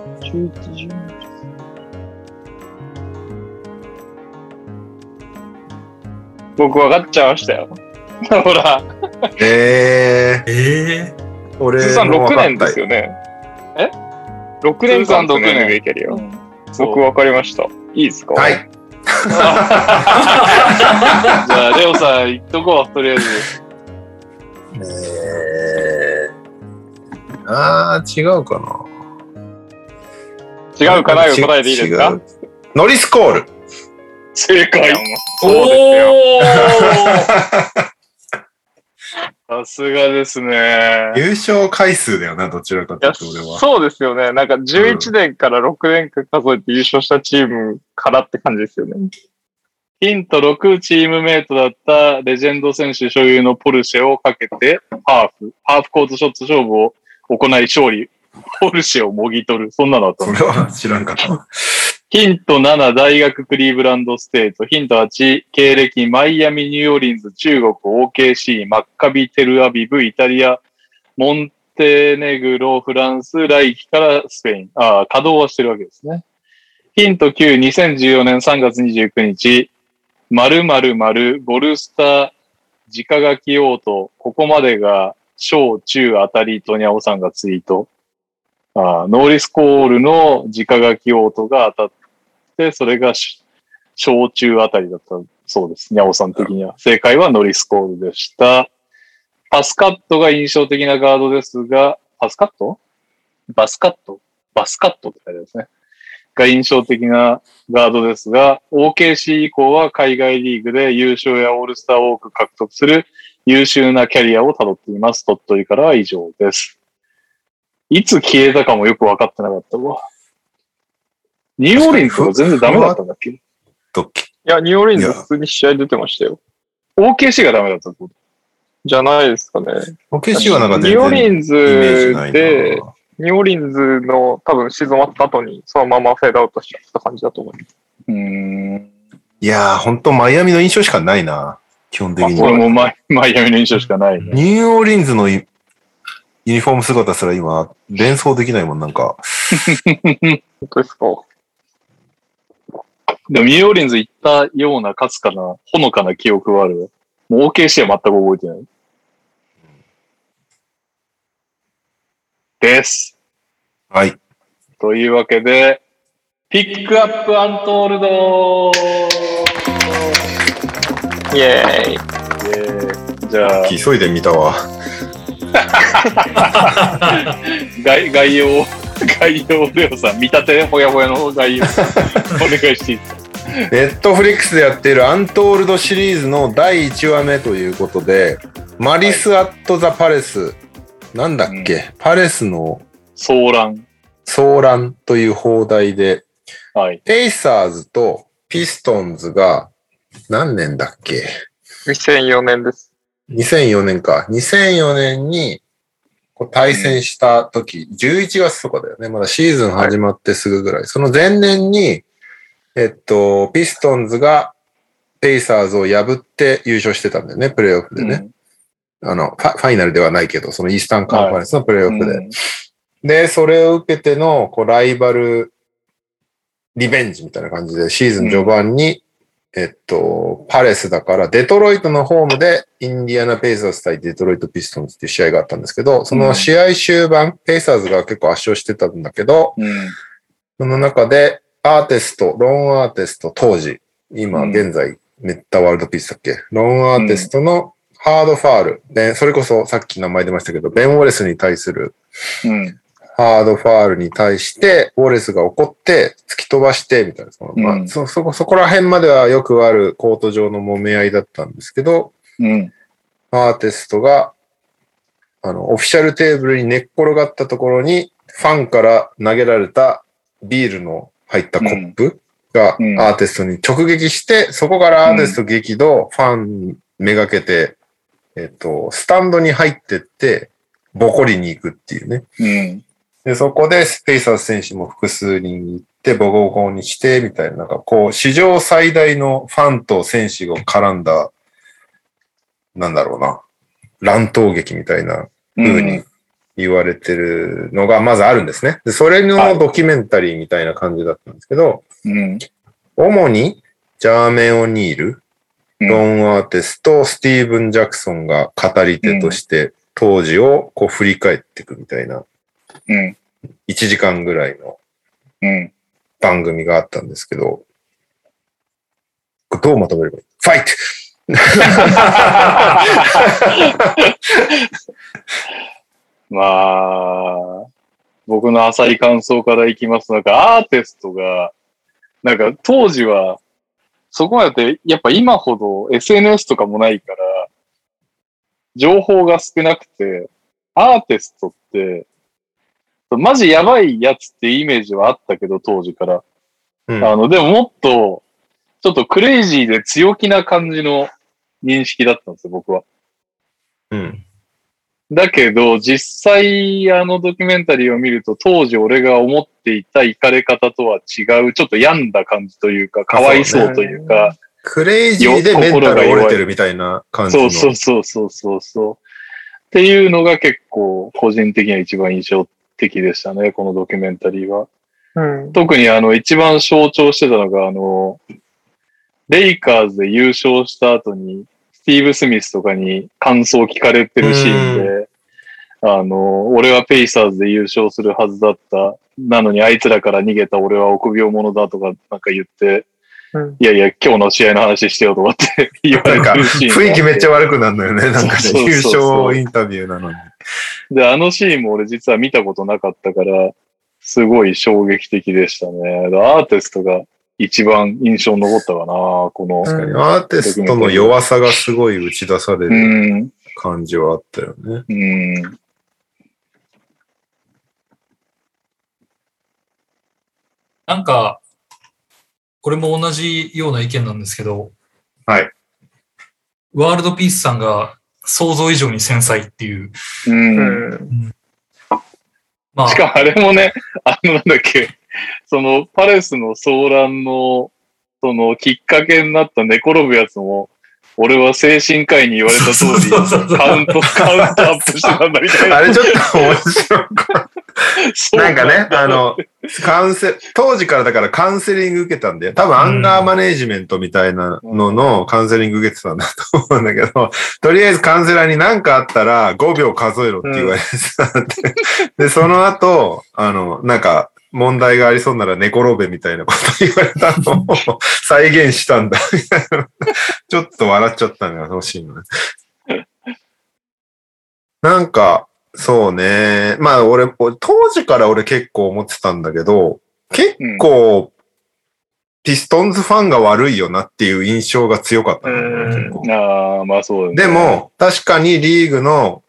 僕分かっちゃいましたよ。ほら。 俺通算6年ですよね。6年間6年でいけるよ。僕分かりました。いいですか？ はい。 じゃあ、レオさん言っとこう、とりあえず。 違うかな。 違うかなよ、答えでいいですか？ ノリスコール。 正解。 そうですよ。 さすがですね。 優勝回数だよな、どちらかというと俺は。 そうですよね。なんか11年から6年間数えて優勝したチームからって感じですよね。 ヒント6、チームメイトだったレジェンド選手所有のポルシェをかけて、ハーフコートショット勝負を行い勝利。ポルシェをもぎ取る。そんなのあったの？ それは知らんかった。 ヒント7、大学クリーブランドステート。ヒント8、経歴、マイアミ、ニューオーリンズ、中国、OKC、マッカビ、テルアビブ、イタリア、モンテネグロ、フランス、来季からスペイン。稼働はしてるわけですね。ヒント9、2014年3月29日、〇〇〇、ゴルスター、直書き用途、ここまでが小中あたりとにゃおさんがツイート。ノーリスコールの直書き用途が当たって、それが小中あたりだったそうです。にゃおさん的には。正解はノリスコールでした。パスカットが印象的なガードですが、パスカットバスカットって書いてあるんですね。が印象的なガードですが、OKC 以降は海外リーグで優勝やオールスターを多く獲得する優秀なキャリアを辿っています。鳥取からは以上です。いつ消えたかもよく分かってなかったわ。ニューオーリンズは全然ダメだったんだっけ？いや、ニューオーリンズ普通に試合出てましたよ。 OKC がダメだったってことじゃないですかね。 OKC はなんかニューオーリンズで、ニューオーリンズの多分シーズン終わった後にそのままフェードアウトしちゃった感じだと思います。 いやー、ほんとマイアミの印象しかないな。基本的に。 これもマイアミの印象しかない、ね。 ニューオーリンズのユニフォーム姿すら今、連想できないもん、なんか。 本当ですか？ でもニューオーリンズ行ったようなかすかな、ほのかな記憶はある。もう OKC は全く覚えてない。です。 はい。 というわけで、ピックアップアントールドイェーイ。 じゃあ。 急いで見たわ。 概要レオさん、見立てほやほやの概要お願いしていいですか。 ネットフリックスでやっているアントールドシリーズの第1話目ということで、マリス・アット・ザ・パレス、なんだっけ、パレスの騒乱という放題で、 はい、 ペイサーズとピストンズが何年だっけ ?2004 年です。 2004年か。2004年に対戦した時、11月とかだよね。まだシーズン始まってすぐぐらい。その前年に、ピストンズがペイサーズを破って優勝してたんだよね、プレイオフでね。ファイナルではないけど、そのイースタンカンファレンスのプレイオフで。で、それを受けての、ライバルリベンジみたいな感じで、シーズン序盤に、パレスだから、デトロイトのホームで、インディアナ・ペイサーズ対デトロイト・ピストンズっていう試合があったんですけど、その試合終盤、ペイサーズが結構圧勝してたんだけど、その中で、ロンアーティスト当時、今現在、メッタワールドピースだっけ、ロンアーティストのハードファール、で、それこそさっき名前出ましたけど、ベン・ウォレスに対する、ハードファールに対して、ウォレスが怒って、突き飛ばして、みたいな。そこら辺まではよくあるコート上の揉め合いだったんですけど、アーティストが、オフィシャルテーブルに寝っ転がったところに、ファンから投げられたビールの入ったコップがアーティストに直撃して、そこからアーティスト激怒、ファンにめがけて、スタンドに入ってって、ボコりに行くっていうね。で、そこでペイサーズ選手も複数人行ってボコボコにして、みたいな、史上最大のファンと選手が絡んだ、なんだろうな、乱闘劇みたいな風に言われてるのがまずあるんですね。で、それのドキュメンタリーみたいな感じだったんですけど、主にジャーメン・オニール、ロン・アーティスとスティーブン・ジャクソンが語り手として当時を振り返っていくみたいな、1時間ぐらいの番組があったんですけど、どうまとめればいい？ファイトまあ、僕の浅い感想からいきますと、アーティストが、当時は、そこまでやっぱ今ほど SNS とかもないから、情報が少なくて、アーティストって、マジやばいやつってイメージはあったけど、当時から。でももっと、ちょっとクレイジーで強気な感じの認識だったんですよ、僕は。だけど、実際ドキュメンタリーを見ると、当時俺が思っていたイカれ方とは違う、ちょっと病んだ感じというか、かわいそうというか。 クレイジーでメンタル折れてるみたいな感じの。 そう。っていうのが結構、個人的には一番印象的でしたね、このドキュメンタリーは。特に一番象徴してたのが、レイカーズで優勝した後に、スティーブ・スミスとかに感想を聞かれてるシーンで、俺はペイサーズで優勝するはずだった。なのにあいつらから逃げた俺は臆病者だとか言って、いやいや、今日の試合の話してよとかって言われるシーン。 雰囲気めっちゃ悪くなるのよね。優勝インタビューなのに。 で、シーンも俺実は見たことなかったから、すごい衝撃的でしたね。アーティストが一番印象に残ったかな、この。 確かにアーティストの弱さがすごい打ち出される感じはあったよね。 これも同じような意見なんですけど、 はい。 ワールドピースさんが想像以上に繊細っていう。 しかもあれもね、なんだっけ、そのパレスの騒乱の、そのきっかけになった寝転ぶやつも、 俺は精神科医に言われた通り、カウントアップしてたんだみたいな。 あれちょっと面白い。なんかね、当時からだからカウンセリング受けたんで、多分アンガーマネージメントみたいなののカウンセリング受けてたんだと思うんだけど、とりあえずカウンセラーに何かあったら5秒数えろって言われてたんで、で、その後、なんか問題がありそうなら寝転べみたいなこと言われたのを再現したんだ、みたいな。ちょっと笑っちゃったのが欲しいのね。なんか、そうね。まあ当時から俺結構思ってたんだけど、結構、ピストンズファンが悪いよなっていう印象が強かったの、結構。 ああ、まあそうだね。 でも、確かにリーグ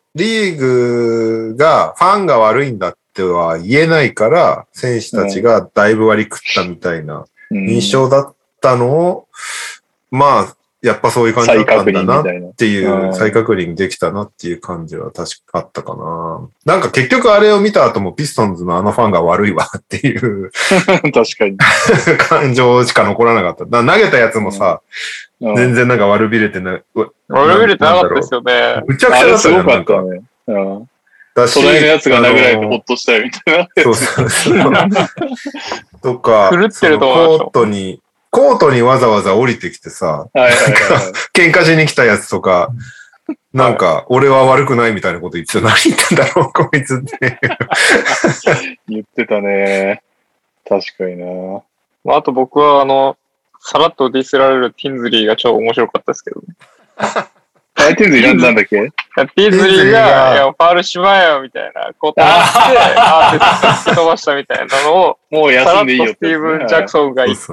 がファンが悪いんだっては言えないから、選手たちがだいぶ割り食ったみたいな印象だったのを、まあ、やっぱそういう感じだったんだなっていう、再確認できたなっていう感じは確かあったかな。なんか結局あれを見た後もピストンズのあのファンが悪いわっていう確かに感情しか残らなかった。投げたやつもさ、全然なんか悪びれてない。 悪びれてなかったですよね。 むちゃくちゃだったよね。 すごかったね。隣のやつが殴られてほっとしたよみたいな。 そうそうそう。とか、 狂ってると思いました。 コートにわざわざ降りてきてさ、喧嘩しに来たやつとか、なんか、俺は悪くないみたいなこと言ってた。何言ってんだろう、こいつって。 言ってたね。確かにな。 あと僕はさらっとディスられるティンズリーが超面白かったですけどね。 ティンズリーなんだっけ？ ティンズリーが、いや、ファウルしまえよみたいなことを言って、アーティストに飛ばしたみたいなのを、 もう休んでいいよって。 スティーブン・ジャクソンが言って、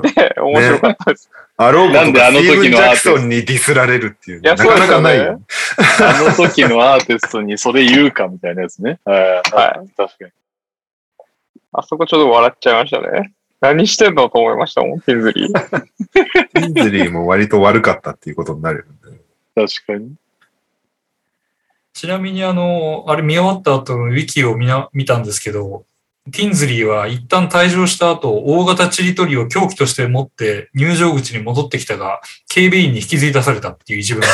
面白かったです。 なんであの時のスティーブン・ジャクソンにディスられるっていう。 いや、 なかなかないよ。 あの時のアーティストにそれ言うかみたいなやつね。はい。確かに。 あそこちょっと笑っちゃいましたね。何してんのと思いましたもん、ティンズリー。 ティンズリーも割と悪かったっていうことになるよね。 確かに。 ちなみにあれ見終わった後のウィキを見たんですけど、ティンズリーは一旦退場した後、大型チリ取りを凶器として持って入場口に戻ってきたが、警備員に引きずり出されたっていう一文が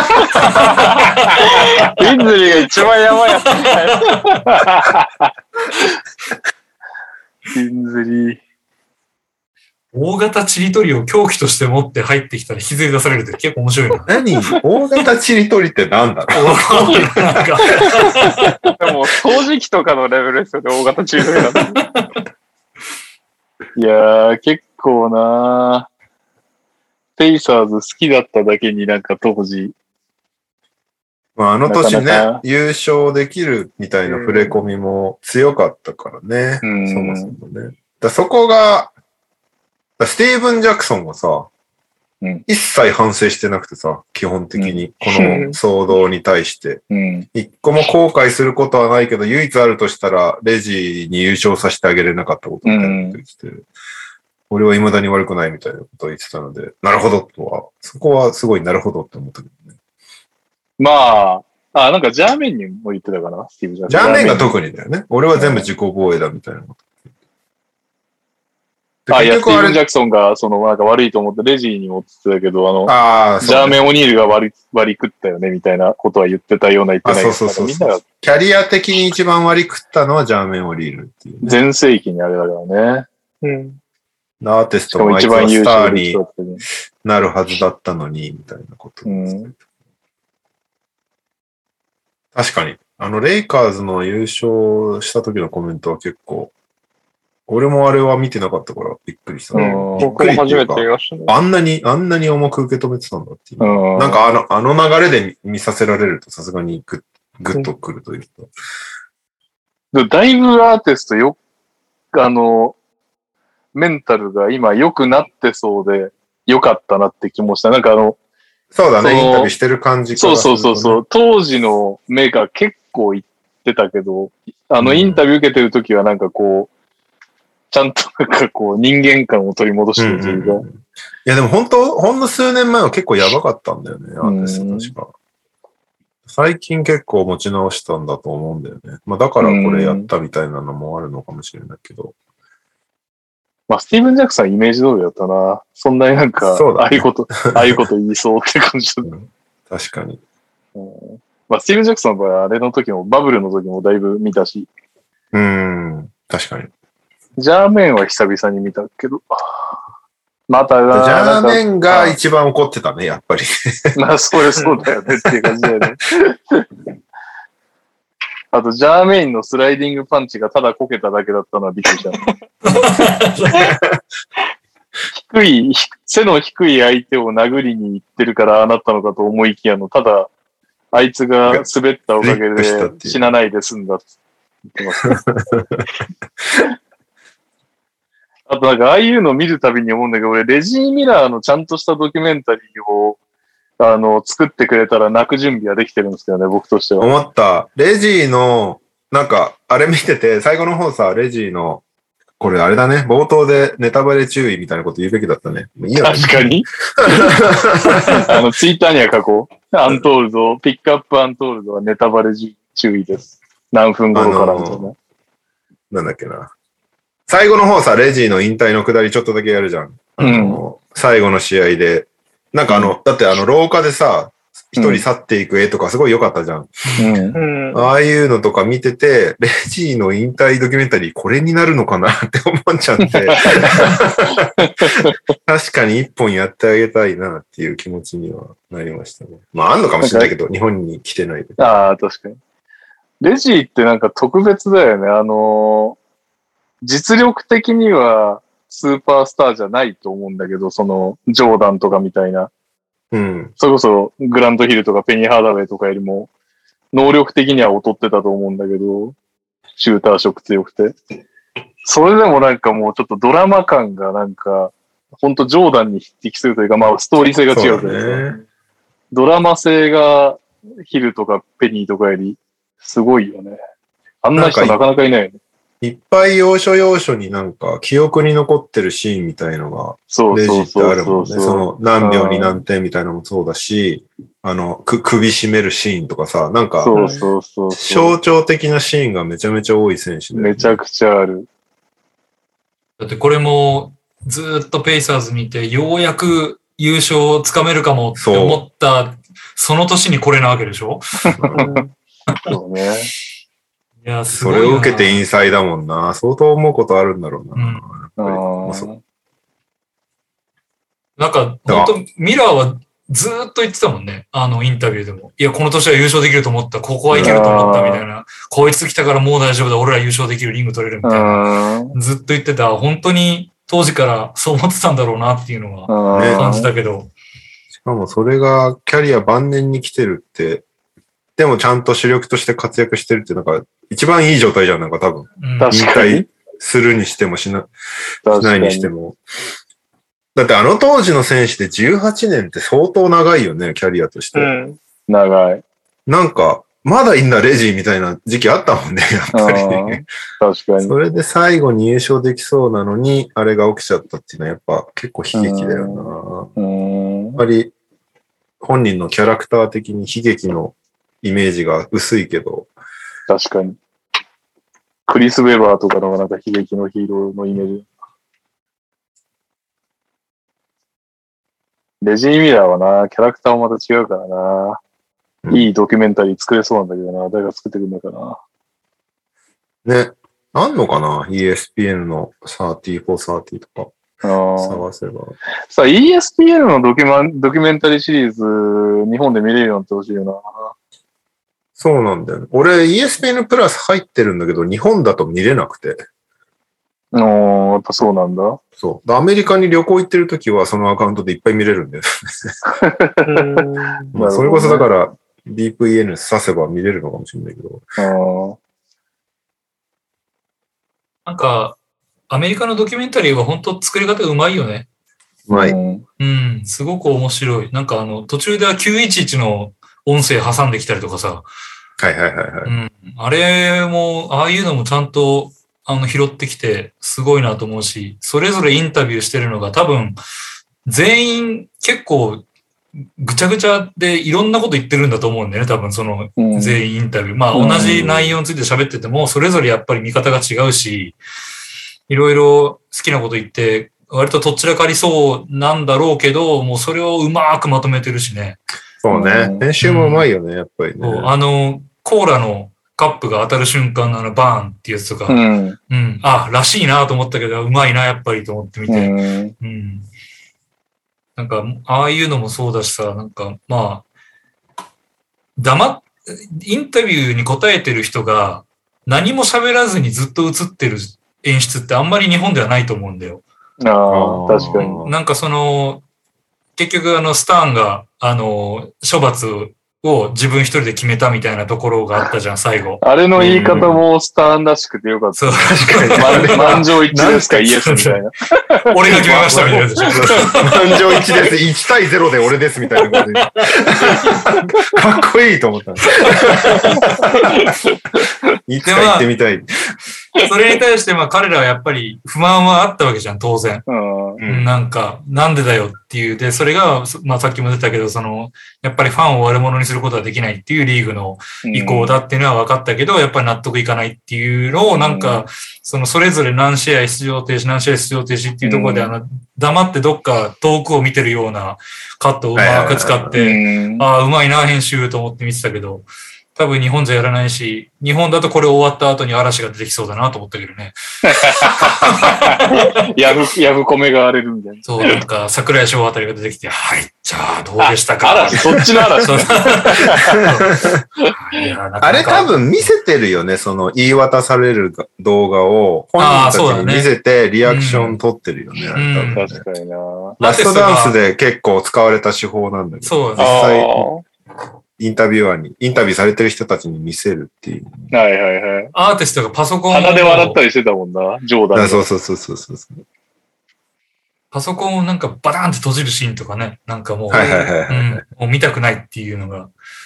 ありました。ティンズリーが一番やばいやつ。 ティンズリー。 大型チリ取りを凶器として持って入ってきたら引きずり出されるって結構面白いな。 何？大型チリ取りって何だろうでも掃除機とかのレベルですよね、大型チリ取りだと。 いやー、結構なペイサーズ好きだっただけになんか当時。 まあ、あの年ね、優勝できるみたいな触れ込みも強かったからね。そもそもね。そこが、スティーブン・ジャクソンはさ、一切反省してなくてさ、基本的に、この騒動に対して。一個も後悔することはないけど、唯一あるとしたら、レジに優勝させてあげれなかったことみたいなこと言ってて、俺は未だに悪くないみたいなことを言ってたので、なるほどとは、そこはすごいなるほどって思ったけどね。 まあ、なんかジャーメンにも言ってたかな、スティーブ・ジャクソン。 ジャーメンが特にだよね。俺は全部自己防衛だみたいなこと。 いや、スティーブン・ジャクソンが、なんか悪いと思ってレジに持ってたけど、ジャーメン・オニールが割り食ったよね、みたいなことは言ってたような言ってないそう。キャリア的に一番割り食ったのはジャーメン・オニールっていう、ね。 全盛期にあれだからね。 アーティストもあいつはスターになるはずだったのに、みたいなこと。確かに。レイカーズの優勝した時のコメントは結構、俺もあれは見てなかったからびっくりした。 僕も初めて見ましたね。 あんなに重く受け止めてたんだっていう。なんかあの流れで見させられるとさすがにグッとくるというか。だいぶアーティストメンタルが今良くなってそうで良かったなって気もした。なんかそうだね、インタビューしてる感じから、 ね。そう。当時の目が結構言ってたけど、インタビュー受けてる時はなんかこう、ちゃんとなんかこう人間感を取り戻してるというか。 いやでもほんの数年前は結構やばかったんだよね、アーティスト確か。最近結構持ち直したんだと思うんだよね。まあだからこれやったみたいなのもあるのかもしれないけど。 まあ、スティーブン・ジャクソンはイメージ通りだったな。そんなになんか、ああいうこと言いそうって感じだった。 確かに。 まあ、スティーブン・ジャクソンの場合、あれの時も、バブルの時もだいぶ見たし。 確かに。 ジャーメンは久々に見たけど。また、 ジャーメンが一番怒ってたね、やっぱり。 まあ、そうだよねっていう感じだよね。あと、ジャーメインのスライディングパンチがただこけただけだったのはびっくりした。背の低い相手を殴りに行ってるからああなったのかと思いきやただ、あいつが滑ったおかげで死なないで済んだって言ってます。あとなんか、ああいうの見るたびに思うんだけど、俺、レジー・ミラーのちゃんとしたドキュメンタリーを、作ってくれたら泣く準備はできてるんですけどね、僕としては。 思った。レジーの、なんか、あれ見てて、最後の方さ、レジーの、これあれだね、冒頭でネタバレ注意みたいなこと言うべきだったね。 いいよね。確かに。ツイッターには書こう。アントールド、ピックアップアントールドはネタバレ注意です。何分頃からみたいな。 なんだっけな。最後の方さ、レジーの引退のくだりちょっとだけやるじゃん。最後の試合で。なんかだって廊下でさ、一人去っていく絵とかすごい良かったじゃん。ああいうのとか見てて、レジーの引退ドキュメンタリーこれになるのかなって思っちゃって。確かに一本やってあげたいなっていう気持ちにはなりましたね。まああんのかもしれないけど、日本に来てないで。 ああ、確かに。レジーってなんか特別だよね。実力的にはスーパースターじゃないと思うんだけど、ジョーダンとかみたいな。それこそグラントヒルとかペニー・ハーダウェイとかよりも、能力的には劣ってたと思うんだけど、シューター色強くて。それでもなんかもうちょっとドラマ感がなんか、ほんとジョーダンに匹敵するというか、まあストーリー性が違うというか、ドラマ性がヒルとかペニーとかよりすごいよね。あんな人なかなかいないよね。 いっぱい要所要所になんか記憶に残ってるシーンみたいのが、レジってあるもんね。何秒に何点みたいなのもそうだし、首絞めるシーンとかさ、なんか、象徴的なシーンがめちゃめちゃ多い選手で、ね。 めちゃくちゃある。 だってこれもずっとペイサーズ見て、ようやく優勝をつかめるかもって思った、その年にこれなわけでしょ？ そうね。 いや、すごい。 それを受けてインサイだもんな。相当思うことあるんだろうな。 なんか、本当ミラーはずーっと言ってたもんね。インタビューでも。いや、この年は優勝できると思った。ここはいけると思ったみたいな。こいつ来たからもう大丈夫だ。俺ら優勝できる。リング取れるみたいな。ずっと言ってた。本当に当時からそう思ってたんだろうなっていうのは感じたけど。 しかもそれがキャリア晩年に来てるって、でもちゃんと主力として活躍してるってなんか一番いい状態じゃん、なんか多分。引退するにしてもしないにしても。だって当時の選手で18年って相当長いよね、キャリアとして。 長い。 なんか、まだいいんだ、レジーみたいな時期あったもんね、やっぱり。 確かに。 それで最後に優勝できそうなのに、あれが起きちゃったっていうのはやっぱ結構悲劇だよな。やっぱり本人のキャラクター的に悲劇のイメージが薄いけど。 確かに。クリス・ウェバーとかのなんか悲劇のヒーローのイメージ。レジー・ミラーはな、キャラクターもまた違うからな。いいドキュメンタリー作れそうなんだけどな。誰が作ってくるのかな。ね。あんのかな ?ESPN の30 for 30とか。探せば。 さあ、ESPN のドキュメンタリーシリーズ、日本で見れるようになってほしいよな。 そうなんだよね。俺 ESPN プラス入ってるんだけど、日本だと見れなくて。 やっぱそうなんだ。 そう。アメリカに旅行行ってるときはそのアカウントでいっぱい見れるんだよね。まあそれこそだから VPN 挿せば見れるのかもしれないけど。 なんか、アメリカのドキュメンタリーは本当作り方うまいよね。 うまい。 すごく面白い。なんか途中では911の音声挟んできたりとかさ。 はい。 あれも、ああいうのもちゃんと拾ってきてすごいなと思うし、それぞれインタビューしてるのが多分全員結構ぐちゃぐちゃでいろんなこと言ってるんだと思うんだよね、多分全員インタビュー。まあ同じ内容について喋ってても、それぞれやっぱり見方が違うし、いろいろきなこと言って、割ととっちらかりそうなんだろうけど、もうそれをうまくまとめてるしね。 そうね。編集もうまいよね、やっぱりね。 コーラのカップが当たる瞬間のバーンっていうやつとか、らしいなと思ったけど、うまいな、やっぱりと思ってみて。なんか、ああいうのもそうだしさ、なんか、まあ、インタビューに答えてる人が何も喋らずにずっと映ってる演出ってあんまり日本ではないと思うんだよ。 確かに。 なんか結局スターンが、処罰を自分一人で決めたみたいなところがあったじゃん、最後。 あれの言い方もスターンらしくてよかった。 そう、確かに。満場一致ですか、イエスみたいな。 俺が決めましたみたいな。 満場一致です。1対0で俺ですみたいなことで。かっこいいと思った。いつか行ってみたい。 それに対して彼らはやっぱり不満はあったわけじゃん、当然。なんか、なんでだよっていう。で、それが、さっきも出たけど、やっぱりファンを悪者にすることはできないっていうリーグの意向だっていうのは分かったけど、やっぱり納得いかないっていうのを、なんか、それぞれ何試合出場停止、何試合出場停止っていうところで、黙ってどっか遠くを見てるようなカットをうまく使って、ああ、うまいな、編集と思って見てたけど、多分日本じゃやらないし、日本だとこれ終わった後に嵐が出てきそうだなと思ったけどね。 やぶ米が荒れるみたいな。 そう、なんか桜井翔あたりが出てきて、はい、じゃあどうでしたか。 嵐、そっちの嵐。 あれ多分見せてるよね、言い渡される動画を本人たちに見せてリアクション取ってるよね。 確かにな。 ラストダンスで結構使われた手法なんだけど、 そう実際、インタビューされてる人たちに見せるっていう。 はいはいはい。 アーティストがパソコンを。 鼻で笑ったりしてたもんな、ジョーダン。 そう。 パソコンをなんかバターンって閉じるシーンとかね。なんかもう、もう見たくないっていうのが。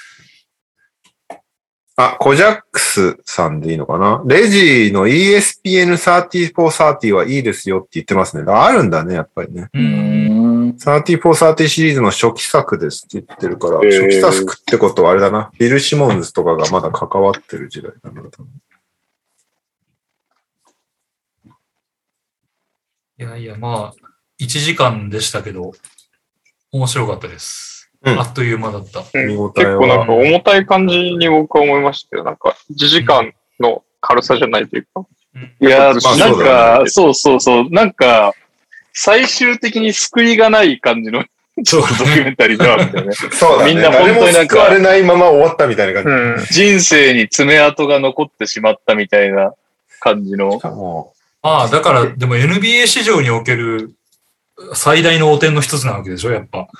コジャックスさんでいいのかな？レジの ESPN3430 はいいですよって言ってますね。あるんだね、やっぱりね。3430シリーズの初期作ですって言ってるから、初期作ってことはあれだな。ビル・シモンズとかがまだ関わってる時代だな。 いやいや、1時間でしたけど、面白かったです。あっという間だった。 結構なんか重たい感じに僕は思いましたけど、なんか1時間の軽さじゃないというか。 いや、なんか、そう。なんか、最終的に救いがない感じのちょっとドキュメンタリーではみたいな。 そうだね。 みんな本当になんか。 救われないまま終わったみたいな感じ。人生に爪痕が残ってしまったみたいな感じの。 だから、でも NBA 市場における最大の汚点の一つなわけでしょ、やっぱ。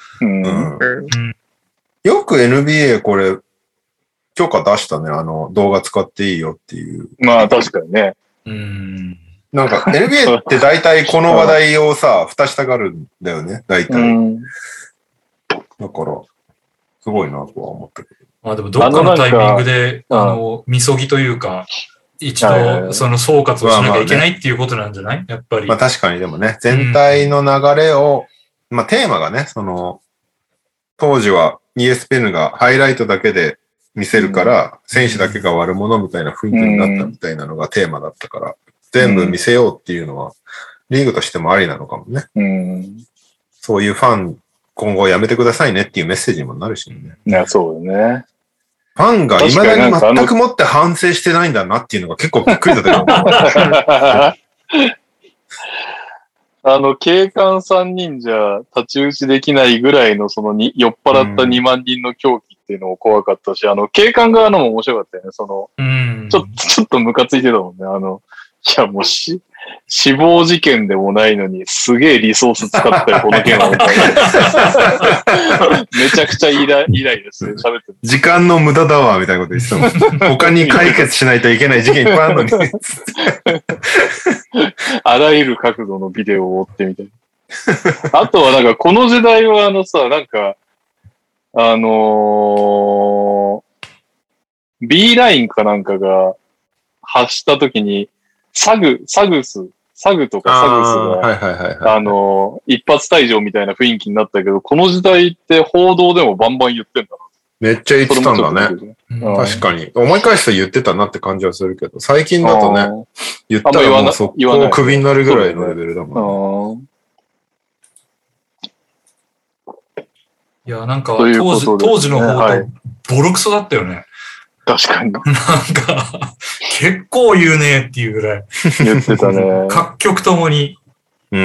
よく NBA これ、許可出したね。動画使っていいよっていう。 まあ確かにね。 なんか NBA って大体この話題をさ、蓋したがるんだよね、大体。だから、すごいなとは思ったけど。 でもどっかのタイミングで、みそぎというか、一度、総括をしなきゃいけないっていうことなんじゃないやっぱり。 確かにでもね、全体の流れを、テーマがね、当時は ESPN がハイライトだけで見せるから、選手だけが悪者みたいな雰囲気になったみたいなのがテーマだったから、全部見せようっていうのは、リーグとしてもありなのかもね。そういうファン、今後やめてくださいねっていうメッセージにもなるしね。 いや、そうだね。 ファンが未だに全くもって反省してないんだなっていうのが結構びっくりだったけど。警官3人じゃ太刀打ちできないぐらいの酔っ払った2万人の狂気っていうのも怖かったし、警官側のも面白かったよね。ちょっとムカついてたもんね。いや、もう死亡事件でもないのに、すげえリソース使ったよ、この件は、みたいな。めちゃくちゃイライラする、喋ってる。 時間の無駄だわ、みたいなこと言ってたもん。他に解決しないといけない事件いっぱいあるのに。 あらゆる角度のビデオを追ってみたいな。あとはなんか、この時代はなんか、B ラインかなんかが発したときに、サグとかサグスが、一発退場みたいな雰囲気になったけど、この時代って報道でもバンバン言ってんだめっちゃ言ってたんだね。確かに。思い返すと言ってたなって感じはするけど、最近だとね、言ったらもうそこクビになるぐらいのレベルだもんね。 いや、なんか当時の方とボロクソだったよね。 確かに。 なんか、結構言うねっていうぐらい。 言ってたね。 各局ともに。 うん。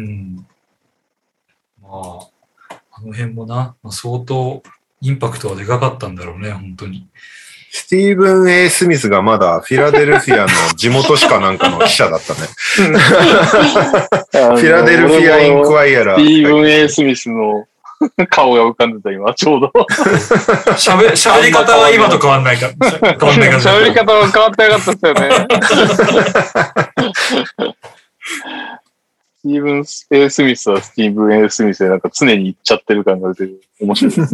まあ、あの辺もな、相当インパクトはでかかったんだろうね、本当に。 スティーブン・ A ・スミスがまだフィラデルフィアの地元紙かなんかの記者だったね。フィラデルフィア・インクワイアラー。 スティーブン・ A ・スミスの顔が浮かんでた今、ちょうど。 喋り方は今と変わんないから。 喋り方は変わってなかったですよね。スティーブン・ A ・スミスはスティーブン・ A ・スミスでなんか常に言っちゃってる感が出てる。面白いです。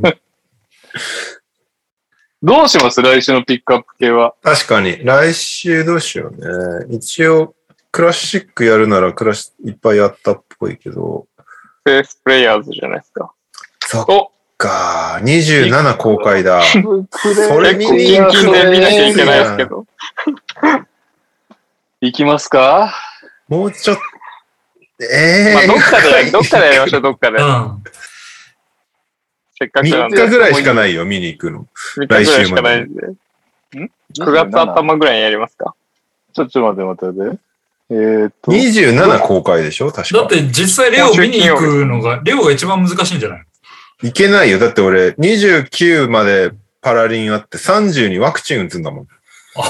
どうします来週のピックアップ系は。 確かに。来週どうしようね。一応、クラシックやるならいっぱいやったっぽいけど。 フェイスプレイヤーズじゃないですか。 そっか。27公開だ。それ結構キンキンで見なきゃいけないですけど。 行きますか？ もうちょっと。 まあ、どっかでやりましょう、どっかで。せっかくなんで。 3日ぐらいしかないよ、見に行くの。 3日ぐらいしかないんで。9月頭ぐらいにやりますか？ ちょっと待って。 27公開でしょ確か。 だって実際レオ見に行くのが、レオが一番難しいんじゃない？ いけないよ。だって俺、29までパラリンあって30にワクチン打つんだもん。 じ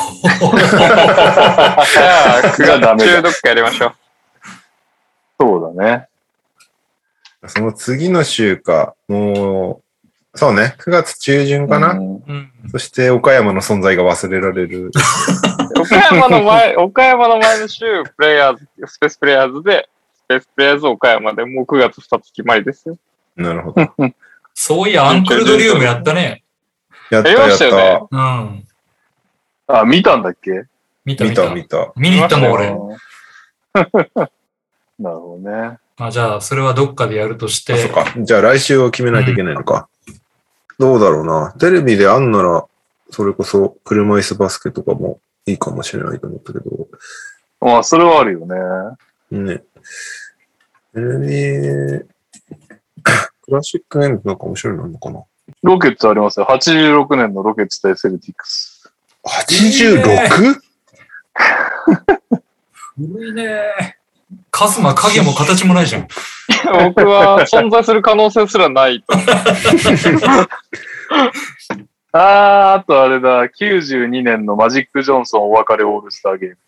ゃあ、9月中どっかやりましょう。 そうだね。 その次の週か、もう、そうね、9月中旬かな。そして岡山の存在が忘れられる。 岡山の前の週、スペースプレイヤーズで、スペースプレイヤーズ岡山でもう9月2つ決まりですよ。 なるほど。 そういや、アンクルドリウムやったね。 やったよね。 あ、見たんだっけ？ 見た。見に行ったもん、俺。 なるほどね。 じゃあ、それはどっかでやるとして。 そうか。じゃあ来週を決めないといけないのか。どうだろうな。テレビであんなら、それこそ車椅子バスケとかもいいかもしれないと思ったけど。 ああ、それはあるよね。 ね。テレビ、クラシックゲームなんか面白いのあるのかな。 ロケッツありますよ。86年のロケッツ対セルティックス。 86？ 古いね。カズマ影も形もないじゃん。 僕は存在する可能性すらない。 あとあれだ、92年のマジック・ジョンソンお別れオールスターゲーム。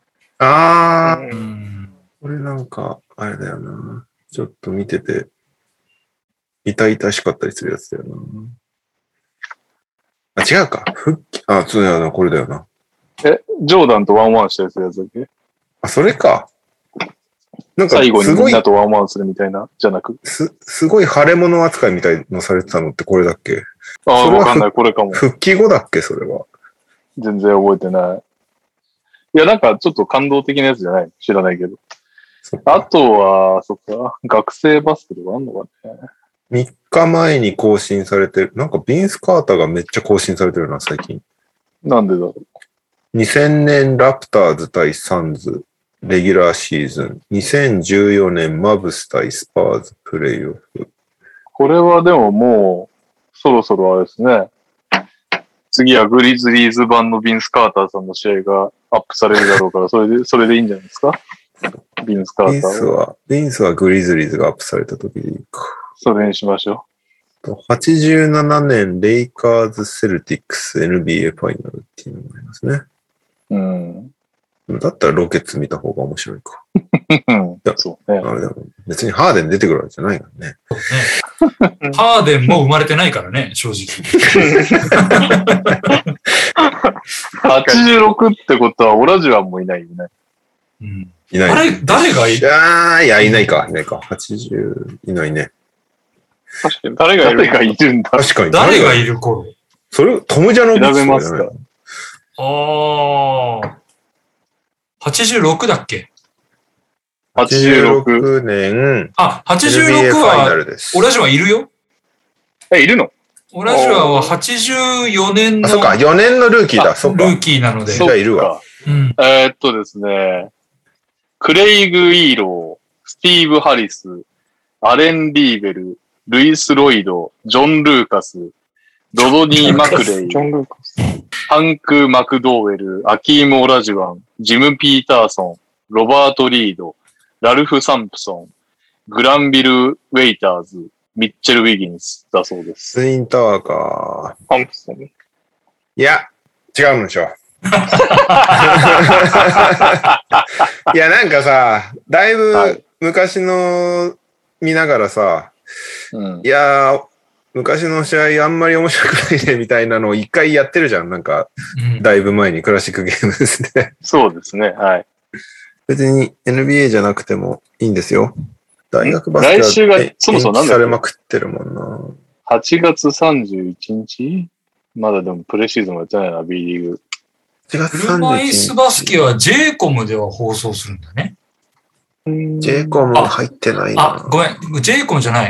これなんか、あれだよな。ちょっと見てて、痛々しかったりするやつだよな。違うか。そうだよな、これだよな。 ジョーダンとワンワンしたりするやつだっけ？ それか。なんか最後にみんなとワンワンするみたいな、じゃなく。 すごい腫れ物扱いみたいのされてたのってこれだっけ？ わかんない、これかも。 復帰後だっけ、それは。 全然覚えてない。いや、なんかちょっと感動的なやつじゃない？知らないけど。あとは、そっか、学生バスケとかあんのかね。 3日前に更新されてる。なんかビンス・カーターがめっちゃ更新されてるな、最近。 なんでだろう。2000年ラプターズ対サンズ。レギュラーシーズン。2014年マブス対スパーズプレイオフ。 これはでももう、そろそろあれですね。次はグリズリーズ版のビンス・カーターさんの試合がアップされるだろうから、それでいいんじゃないですか？ビンス・カーターは。 ビンスはグリズリーズがアップされた時でいいか。 それにしましょう。87年レイカーズ・セルティックス NBA ファイナルっていうのがありますね。だったらロケッツ見た方が面白いか。 そうね。 あれでも別にハーデン出てくるわけじゃないからね。 ハーデンも生まれてないからね、正直。 86ってことはオラジュアンもいないよね。 いない。 誰がいる？ いや、いないか。80いないね。 確かに誰がいるんだ。 確かに。 誰がいる頃？ それ、トム・ジャノビッチ調べますか。 86だっけ ？86年。 86は、オラジュアンいるよ。 いるの？ オラジュアは84年の。 あ、そっか、4年のルーキーだ。そっか。 ルーキーなので。 じゃあいるわ。 ですね、クレイグ・イーロー、スティーブ・ハリス、アレン・リーベル、ルイス・ロイド、ジョン・ルーカス、ドドニー・マクレイ、ハンク・マクドーウェル、アキーム・オラジュアン、ジム・ピーターソン、ロバート・リード、ラルフ・サンプソン、グランビル・ウェイターズ、ミッチェル・ウィギンスだそうです。 ツインタワーか。 サンプソン。 いや、違うんでしょ。いや、なんかさ、だいぶ昔の見ながらさ、いやー、昔の試合あんまり面白くないねみたいなのを一回やってるじゃん。なんか、だいぶ前にクラシックゲームですね。 そうですね、はい。 別に NBA じゃなくてもいいんですよ。大学バスケ来週がそもそもなんだされまくってるもんな。 8月31日まだでもプレシーズンもやってないな、B リーグ。 車椅子バスケは J コムでは放送するんだね。 J コム入ってないな。 あ、ごめん。J コムじゃない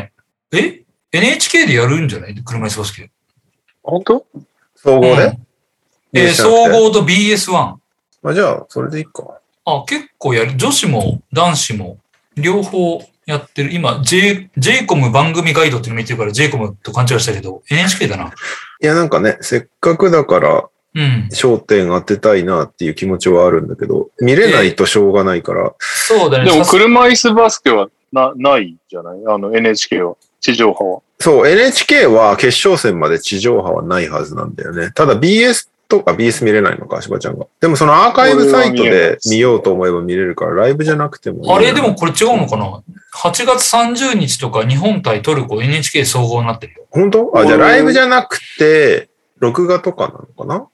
。NHK でやるんじゃない車椅子バスケ。 本当？ 総合で、 総合と BS1。 あ、じゃあ、それでいいか。 あ、結構やる。女子も男子も両方やってる。今、J コム番組ガイドっていうの見てるから J コムと勘違いしたけど、NHK だな。 いや、なんかね、せっかくだから、焦点当てたいなっていう気持ちはあるんだけど、見れないとしょうがないから。 そうだね。 でも車椅子バスケはないじゃないNHK は。地上波は。 そう、NHK は決勝戦まで地上波はないはずなんだよね。ただ BS とか BS 見れないのか、柴ちゃんが。でもそのアーカイブサイトで見ようと思えば見れるから、ライブじゃなくてもいい。 あれでもこれ違うのかな ?8 月30日とか日本対トルコ NHK 総合になってるよ。 本当？あ、じゃあライブじゃなくて、録画とかなのかな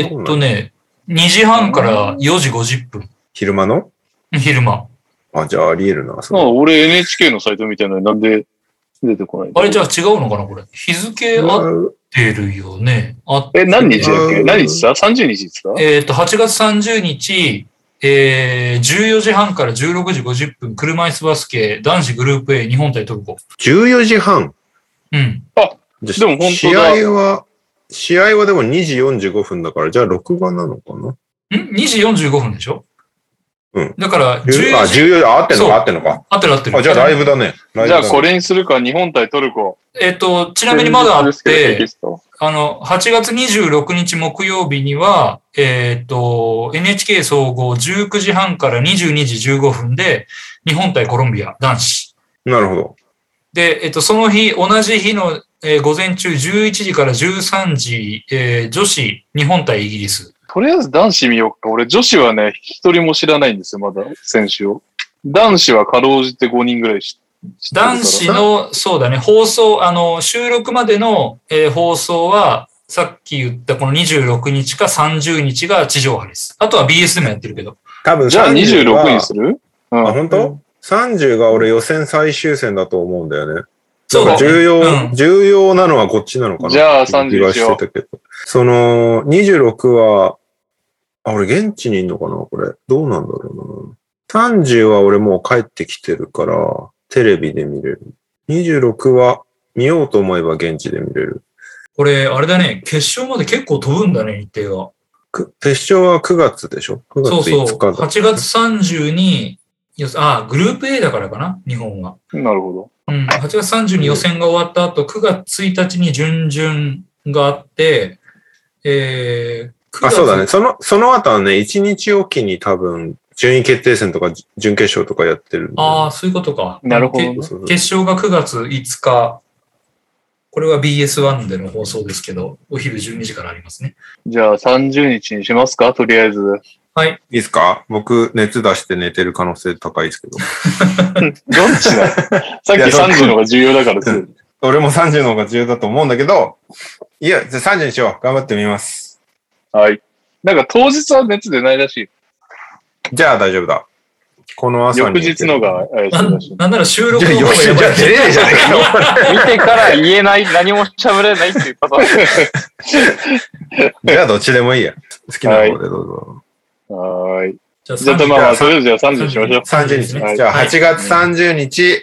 2時半から4時50分。 昼間の？ 昼間。 あ、じゃああり得るな。 俺 NHK のサイトみたいなのになんで出てこない？ あれじゃあ違うのかなこれ。日付合ってるよね。 何日だっけ？何日だ ?30 日ですか 8月30日、14時半から16時50分、車椅子バスケ男子グループ A 日本対トルコ。 14時半？ うん。 あ、でも本当だ。 試合はでも2時45分だから、じゃあ録画なのかな ？2時45分でしょ？ うん。 だから、 14時、合ってんのか合ってんのか。 合ってる。 あ、じゃあライブだね。 じゃあこれにするか、日本対トルコ。 ちなみにまだあって、8月26日木曜日には、NHK 総合19時半から22時15分で、日本対コロンビア男子。 なるほど。 で、その日、同じ日の、午前中11時から13時、女子、日本対イギリス。 とりあえず男子見ようか。俺女子はね、一人も知らないんですよ、まだ選手を。男子はかろうじて5人ぐらい知ってるから。 男子の、そうだね、放送、収録までの、放送は、さっき言ったこの26日か30日が地上波です。あとは BS でもやってるけど。 多分じゃあ26にする？ あ、本当？30が俺予選最終戦だと思うんだよね。 そうだね。 重要なのはこっちなのかな。 じゃあ30にしよう。 その26は、俺現地にいんのかなこれ。どうなんだろうな。30は俺もう帰ってきてるから、テレビで見れる。26は見ようと思えば現地で見れる。 これ、あれだね。決勝まで結構飛ぶんだね、日程が。 決勝は9月でしょ ?9 月5日だ。 そうそう。8月30に、グループ A だからかな日本は。 なるほど。 8月30に予選が終わった後、9月1日に準々があって、 そうだね。その後はね、1日おきに多分、順位決定戦とか準決勝とかやってる。 ああ、そういうことか。 なるほど。 決勝が9月5日。これは BS1 での放送ですけど、お昼12時からありますね。 じゃあ30日にしますかとりあえず。 はい。 いいですか？僕、熱出して寝てる可能性高いですけど。 どっちださっき30の方が重要だからです。 俺も30の方が重要だと思うんだけど、いや、じゃあ30にしよう。頑張ってみます。 はい。なんか当日は熱出ないらしい。 じゃあ大丈夫だ。この朝に。 翌日のが怪しいらしい。 なんなら収録の方がやばい。じゃあ出れないじゃないか。 見てから言えない、何も喋れないっていうパターン。 じゃあどっちでもいいや。好きな方でどうぞ。 はい。じゃあまあ、それじゃあ30にしましょう。 30日。じゃあ8月30日、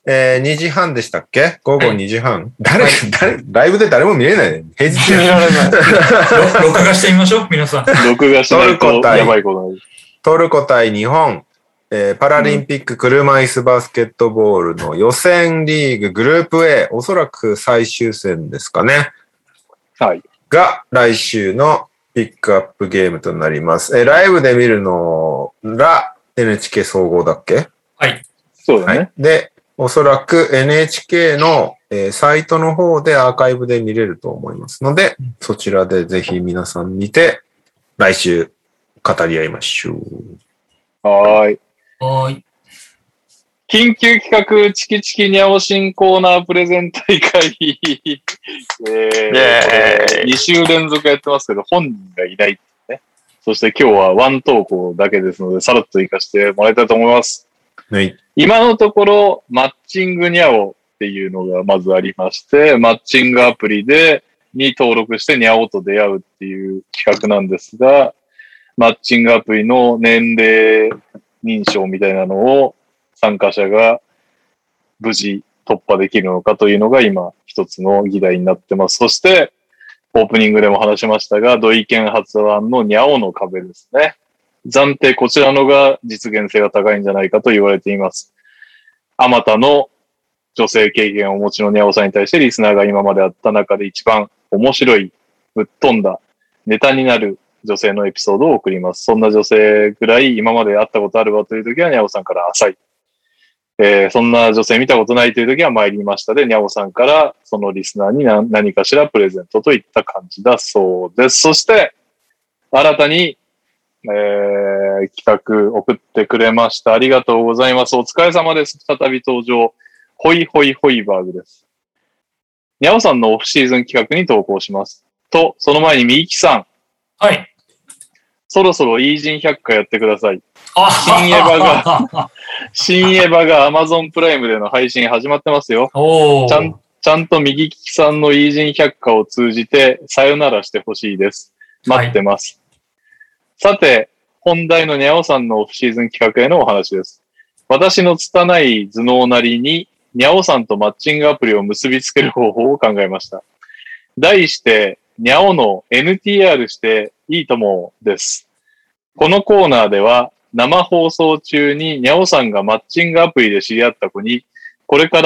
2時半でしたっけ？午後2時半。誰、ライブで誰も見れないね。平日見られない。録画してみましょう、皆さん。 録画しないとやばいことになる。 トルコ対日本、パラリンピック車椅子バスケットボールの予選リーググループ A、おそらく最終戦ですかね。 はい。 が、来週のピックアップゲームとなります。ライブで見るのが NHK 総合だっけ？ はい。 そうだね。はい、 で、おそらく NHK の、サイトの方でアーカイブで見れると思いますので、そちらでぜひ皆さん見て、来週語り合いましょう。 はい。 はい。 緊急企画、チキチキニャオ新コーナープレゼン大会。2週連続やってますけど、本人がいない、ね。そして今日はワン投稿だけですので、さらっと活かしてもらいたいと思います。 はい。 今のところ、マッチングニャオっていうのがまずありまして、マッチングアプリに登録してニャオと出会うっていう企画なんですが、マッチングアプリの年齢認証みたいなのを参加者が無事突破できるのかというのが今一つの議題になってます。そして、オープニングでも話しましたが、土井健発案のニャオの壁ですね。暫定こちらのが実現性が高いんじゃないかと言われています。あまたの女性経験をお持ちのニャオさんに対してリスナーが今まであった中で一番面白い、ぶっ飛んだネタになる女性のエピソードを送ります。そんな女性ぐらい今まで会ったことあるわという時はニャオさんから浅い。そんな女性見たことないという時は参りましたで、ニャオさんからそのリスナーに何かしらプレゼントといった感じだそうです。そして、新たに企画送ってくれました。ありがとうございます。お疲れ様です。再び登場。ホイホイホイバーグです。ニャオさんのオフシーズン企画に投稿します。と、その前にみいきさん。 はい。 そろそろイージン100回やってください。新エヴァが Amazon プライムでの配信始まってますよ。ちゃんと右利きさんのイージン100回を通じてさよならしてほしいです。待ってます。はい、さて、本題のニャオさんのオフシーズン企画へのお話です。私の拙い頭脳なりに、ニャオさんとマッチングアプリを結びつける方法を考えました。題して、ニャオの NTR していいともです。このコーナーでは、生放送中にニャオさんがマッチングアプリで知り合った子に、これから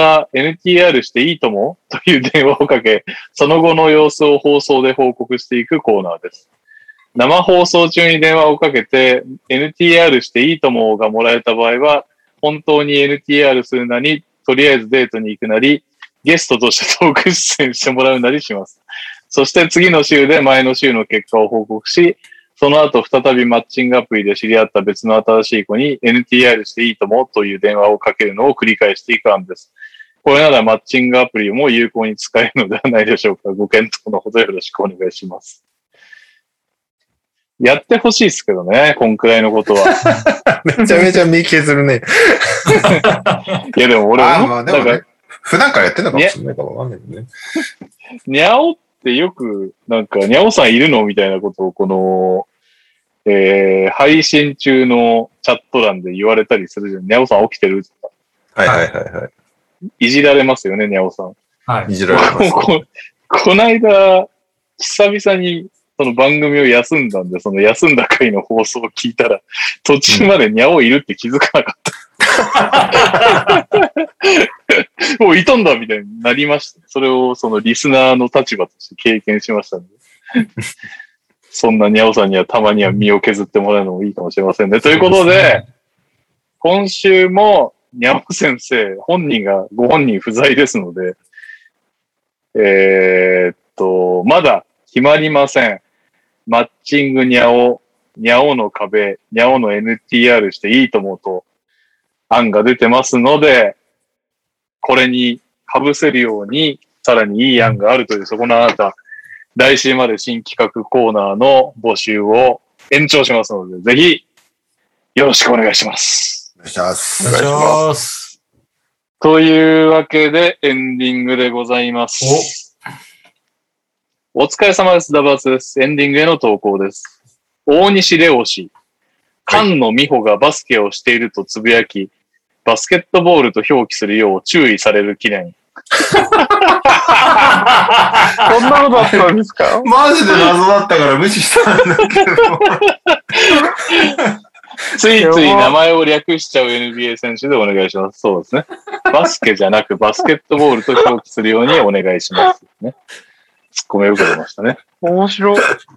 NTR していいともという電話をかけ、その後の様子を放送で報告していくコーナーです。生放送中に電話をかけて NTR していいともがもらえた場合は、本当に NTR するなり、とりあえずデートに行くなり、ゲストとしてトーク出演してもらうなりします。そして次の週で前の週の結果を報告し、その後再びマッチングアプリで知り合った別の新しい子に NTR していいともという電話をかけるのを繰り返していく案です。これならマッチングアプリも有効に使えるのではないでしょうか。ご検討のほどよろしくお願いします。やってほしいですけどね、こんくらいのことは。 めちゃめちゃ身削るね。 いやでも俺も、 まあでもね、普段からやってんのかもしれないかわかんないけどね。 ニャオってよく、なんか、ニャオさんいるのみたいなことを、この、配信中のチャット欄で言われたりするじゃん。ニャオさん起きてるとか。はいはいはいはい。 いじられますよね、ニャオさん。 はい。 いじられます、 ね。この間、久々にその番組を休んだんで、その休んだ回の放送を聞いたら、途中までニャオいるって気づかなかった。もういたんだみたいになりました。それをそのリスナーの立場として経験しましたので。そんなニャオさんにはたまには身を削ってもらうのもいいかもしれませんね。ということで、今週もニャオ先生、ご本人不在ですので、まだ決まりません。マッチングニャオの壁、ニャオの NTR していいと思うと案が出てますので、これに被せるように、さらにいい案があるという、そこのあなた、来週まで新企画コーナーの募集を延長しますので、ぜひ、よろしくお願いします。 お願いします。 お願いします。 というわけで、エンディングでございます。お疲れ様です。ダバーツです。エンディングへの投稿です。大西レオ氏、菅野美穂がバスケをしているとつぶやき、 バスケットボールと表記するよう注意される記念。 そんなことあったんですか？ マジで謎だったから無視したんだけど。 ついつい名前を略しちゃう NBA 選手でお願いします。そうですね。バスケじゃなくバスケットボールと表記するようにお願いします、ね。ツッコミよく出ましたね。 面白い。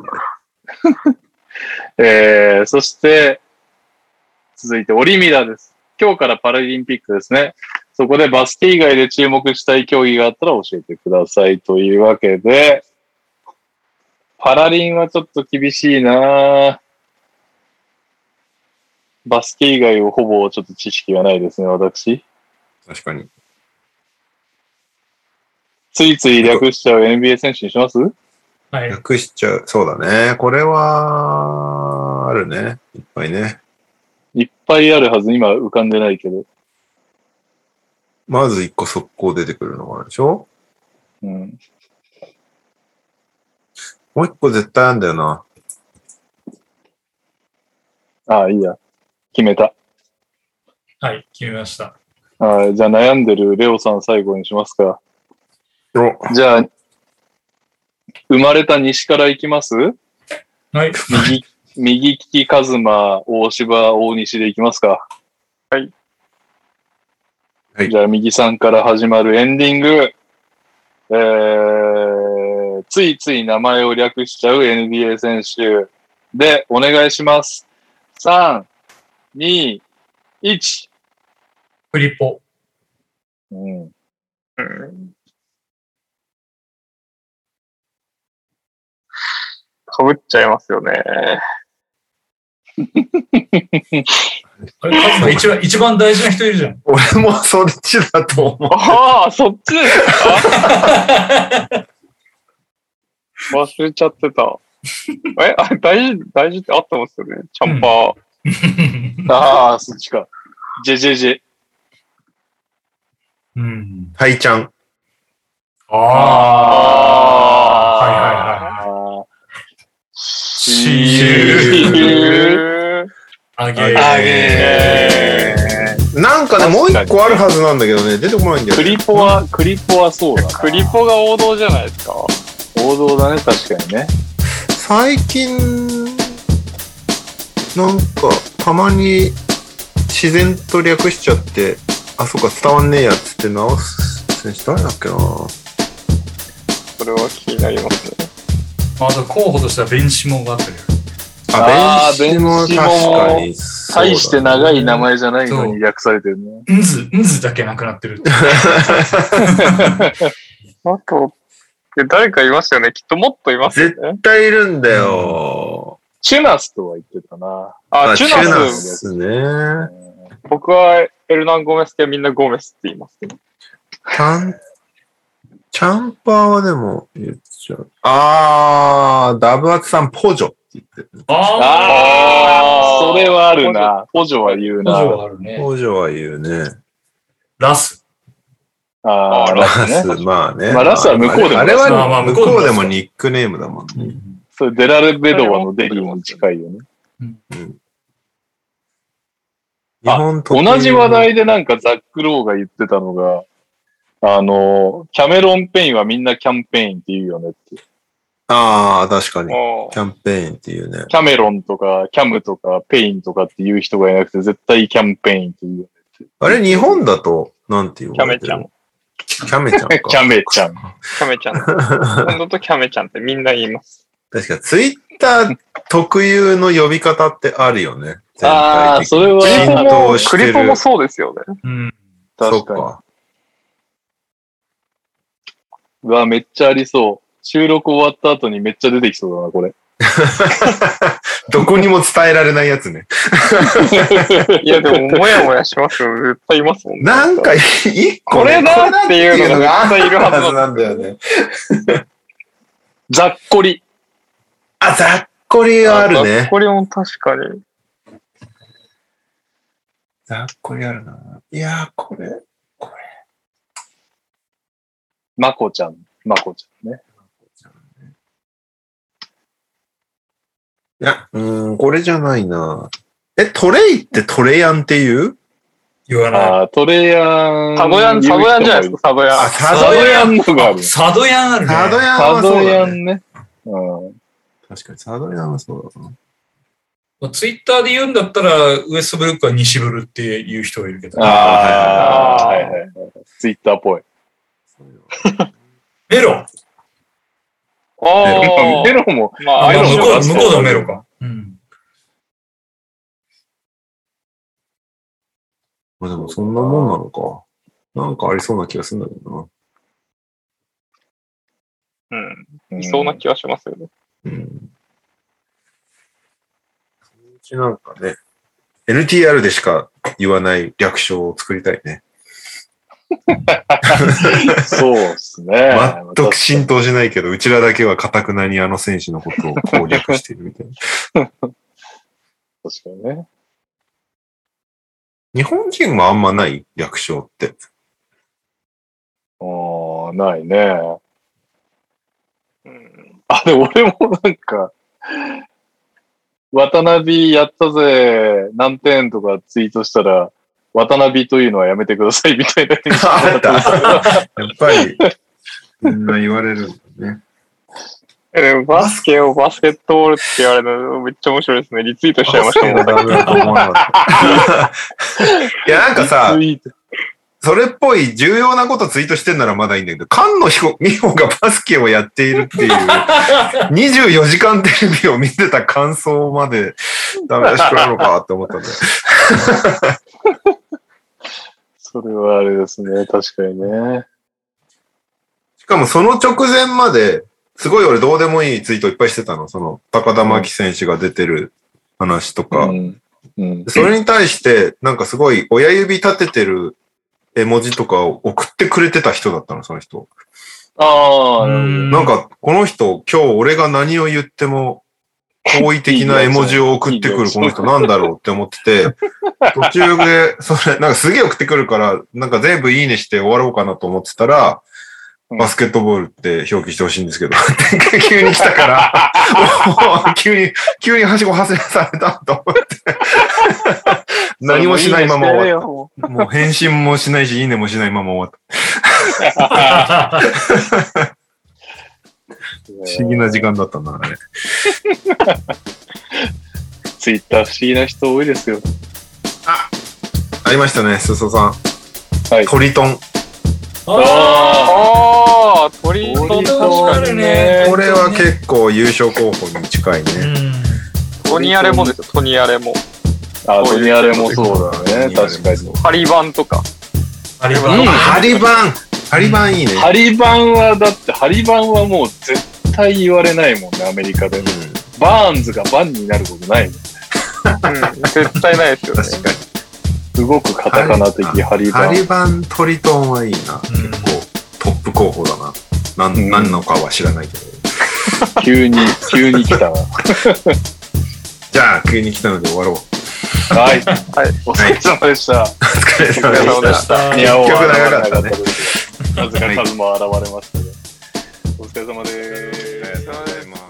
そして、続いてオリミラです。今日からパラリンピックですね。そこでバスケ以外で注目したい競技があったら教えてくださいというわけで、パラリンはちょっと厳しいな。バスケ以外をほぼちょっと知識がないですね、私。 確かに。 ついつい略しちゃう NBA 選手にします？ はい。 略しちゃう。そうだね。これは、あるね。いっぱいね。 いっぱいあるはず、今浮かんでないけど。 まず一個速攻出てくるのがあるでしょ？ うん。 もう一個絶対あるんだよな。 ああ、いいや。決めた。 はい、決めました。 じゃあ悩んでるレオさん最後にしますか。じゃあ、生まれた西からいきます？ はい。 右利きカズマ、大柴、大西でいきますか。 はい。 はい、 じゃあ、右さんから始まるエンディング。ついつい名前を略しちゃう NBA 選手でお願いします。3、2、1。 フリポ。 かぶっちゃいますよね。 あれ、カズマ一番大事な人いるじゃん。 俺もそっちだと思う。 ああ、そっちですか？忘れちゃってた。大事ってあってますよね。チャンパー。 ああ、そっちか。JJJ。 うん。 タイちゃん。 ああ。はいはいはい。 シーあげー。なんかね、もう一個あるはずなんだけどね、出てこないんだよね。 クリポはそうだな。 クリポが王道じゃないですか。 王道だね、確かにね。 最近、なんか、たまに自然と略しちゃって、あ、そうか、伝わんねえやつって直す選手誰だっけな。 それは気になりますね。 あと候補としてはベンシモがあったり。 ベンシモ確かに。 大して長い名前じゃないのに略されてるね。 ンズだけなくなってる。 あと、誰かいましたよね。きっともっといますよね。 絶対いるんだよ。 チュナスとは言ってたな。 チュナスね。 僕はエルナン・ゴメスってみんなゴメスって言いますけど。 チャンパーはでも言っちゃう。ダブアツさんポジョって言ってる。 それはあるな。ポジョは言うな。 ポジョは言うね。 ラス。 ラス、まあね。 まあラスは向こうでも。 あれは向こうでもニックネームだもんね。 それデラルベドワのデリも近いよね。同じ話題でなんかザック・ローが言ってたのが、キャメロン・ペインはみんなキャンペーンって言うよねって。 ああ、確かに。キャンペーンっていうね。 キャメロンとか、キャムとか、ペインとかっていう人がいなくて、絶対キャンペーンって言うよねって。 あれ、日本だと、なんて言うの？ キャメちゃん。 キャメちゃんか。 キャメちゃん。 キャメちゃん。日本だとキャメちゃんってみんな言います。 確か、ツイッター特有の呼び方ってあるよね。 それは、 クリポもそうですよね。 うん。 確かに。うわ、めっちゃありそう。収録終わった後にめっちゃ出てきそうだな、これ。 どこにも伝えられないやつね。 いや、でも、もやもやしますよ。絶対いますもんね。 なんか、一個、 これだっていうのが絶対いるはずなんだよね。 ざっこり。 ざっこりはあるね。 ざっこりも確かに。 ざっこりあるな。いやー、これ。 まこちゃんね。 いや、これじゃないな。トレイってトレヤンって言言わない。 トレヤン。 サドヤンじゃないですか、サドヤン。 サドヤンとかある。 サドヤンあるね。 サドヤンはそうだね。 確かに、サドヤンはそうだな。ツイッターで言うんだったら、ウエストブルックは西ブルっていう人がいるけど。 はいはい。ツイッターっぽい。 メロメロも、 向こうのメロか。 まあでもそんなもんなのか。なんかありそうな気がするんだけどな。いそうな気はしますよね。 なんかね、NTR でしか言わない略称を作りたいね。 そうですね。 全く浸透しないけど、うちらだけは堅くなにあの選手のことを攻略しているみたいな。 確かにね。 日本人はあんまない略称って。 ないね。でも俺もなんか、渡辺やったぜ、何点とかツイートしたら、渡辺というのはやめてくださいみたいな。 やっぱり、みんな言われるんだね。 でもバスケをバスケットボールって言われるのめっちゃ面白いですね。リツイートしちゃいましたもん。 いや、なんかさ、それっぽい重要なことツイートしてんならまだいいんだけど、菅野美穂がバスケをやっているっていう、24時間テレビを見てた感想までダメ出しくらいのかって思ったんだよ。 それはあれですね、確かにね。 しかもその直前まで、すごい俺どうでもいいツイートいっぱいしてたの。その、高田真希選手が出てる話とか。それに対して、なんかすごい親指立ててる絵文字とかを送ってくれてた人だったの、その人。なんか、この人、今日俺が何を言っても、好意的な絵文字を送ってくるこの人なんだろうって思ってて、途中で、それ、なんかすげえ送ってくるから、なんか全部いいねして終わろうかなと思ってたら、バスケットボールって表記してほしいんですけど、急に来たから、急にはしご外れされたと思って、何もしないまま終わった。もう返信もしないし、いいねもしないまま終わった。不思議な時間だったな、あれ。 ツイッター不思議な人多いですよ。 ありましたね、すそさん。 はい。 トリトン。 トリトン確かにね。 これは結構優勝候補に近いね。 トニアレもですよ、トニアレも。 トニアレもそうだね、確かに。 ハリバンとか。 ハリバンいいね。 ハリバンは、だってハリバンはもう絶対言われないもんね、アメリカで。バーンズがバンになることないもんね。 絶対ないですよね。 確かに。 すごくカタカナ的ハリバン。 ハリバントリトンはいいな。結構トップ候補だな。何のかは知らないけど。 急に来たわ。 じゃあ、急に来たので終わろう。 はい。お疲れ様でした。 お疲れ様でした。 結局長かったね。 なぜか数も現れましたね。お疲れ様です。 お疲れ様です。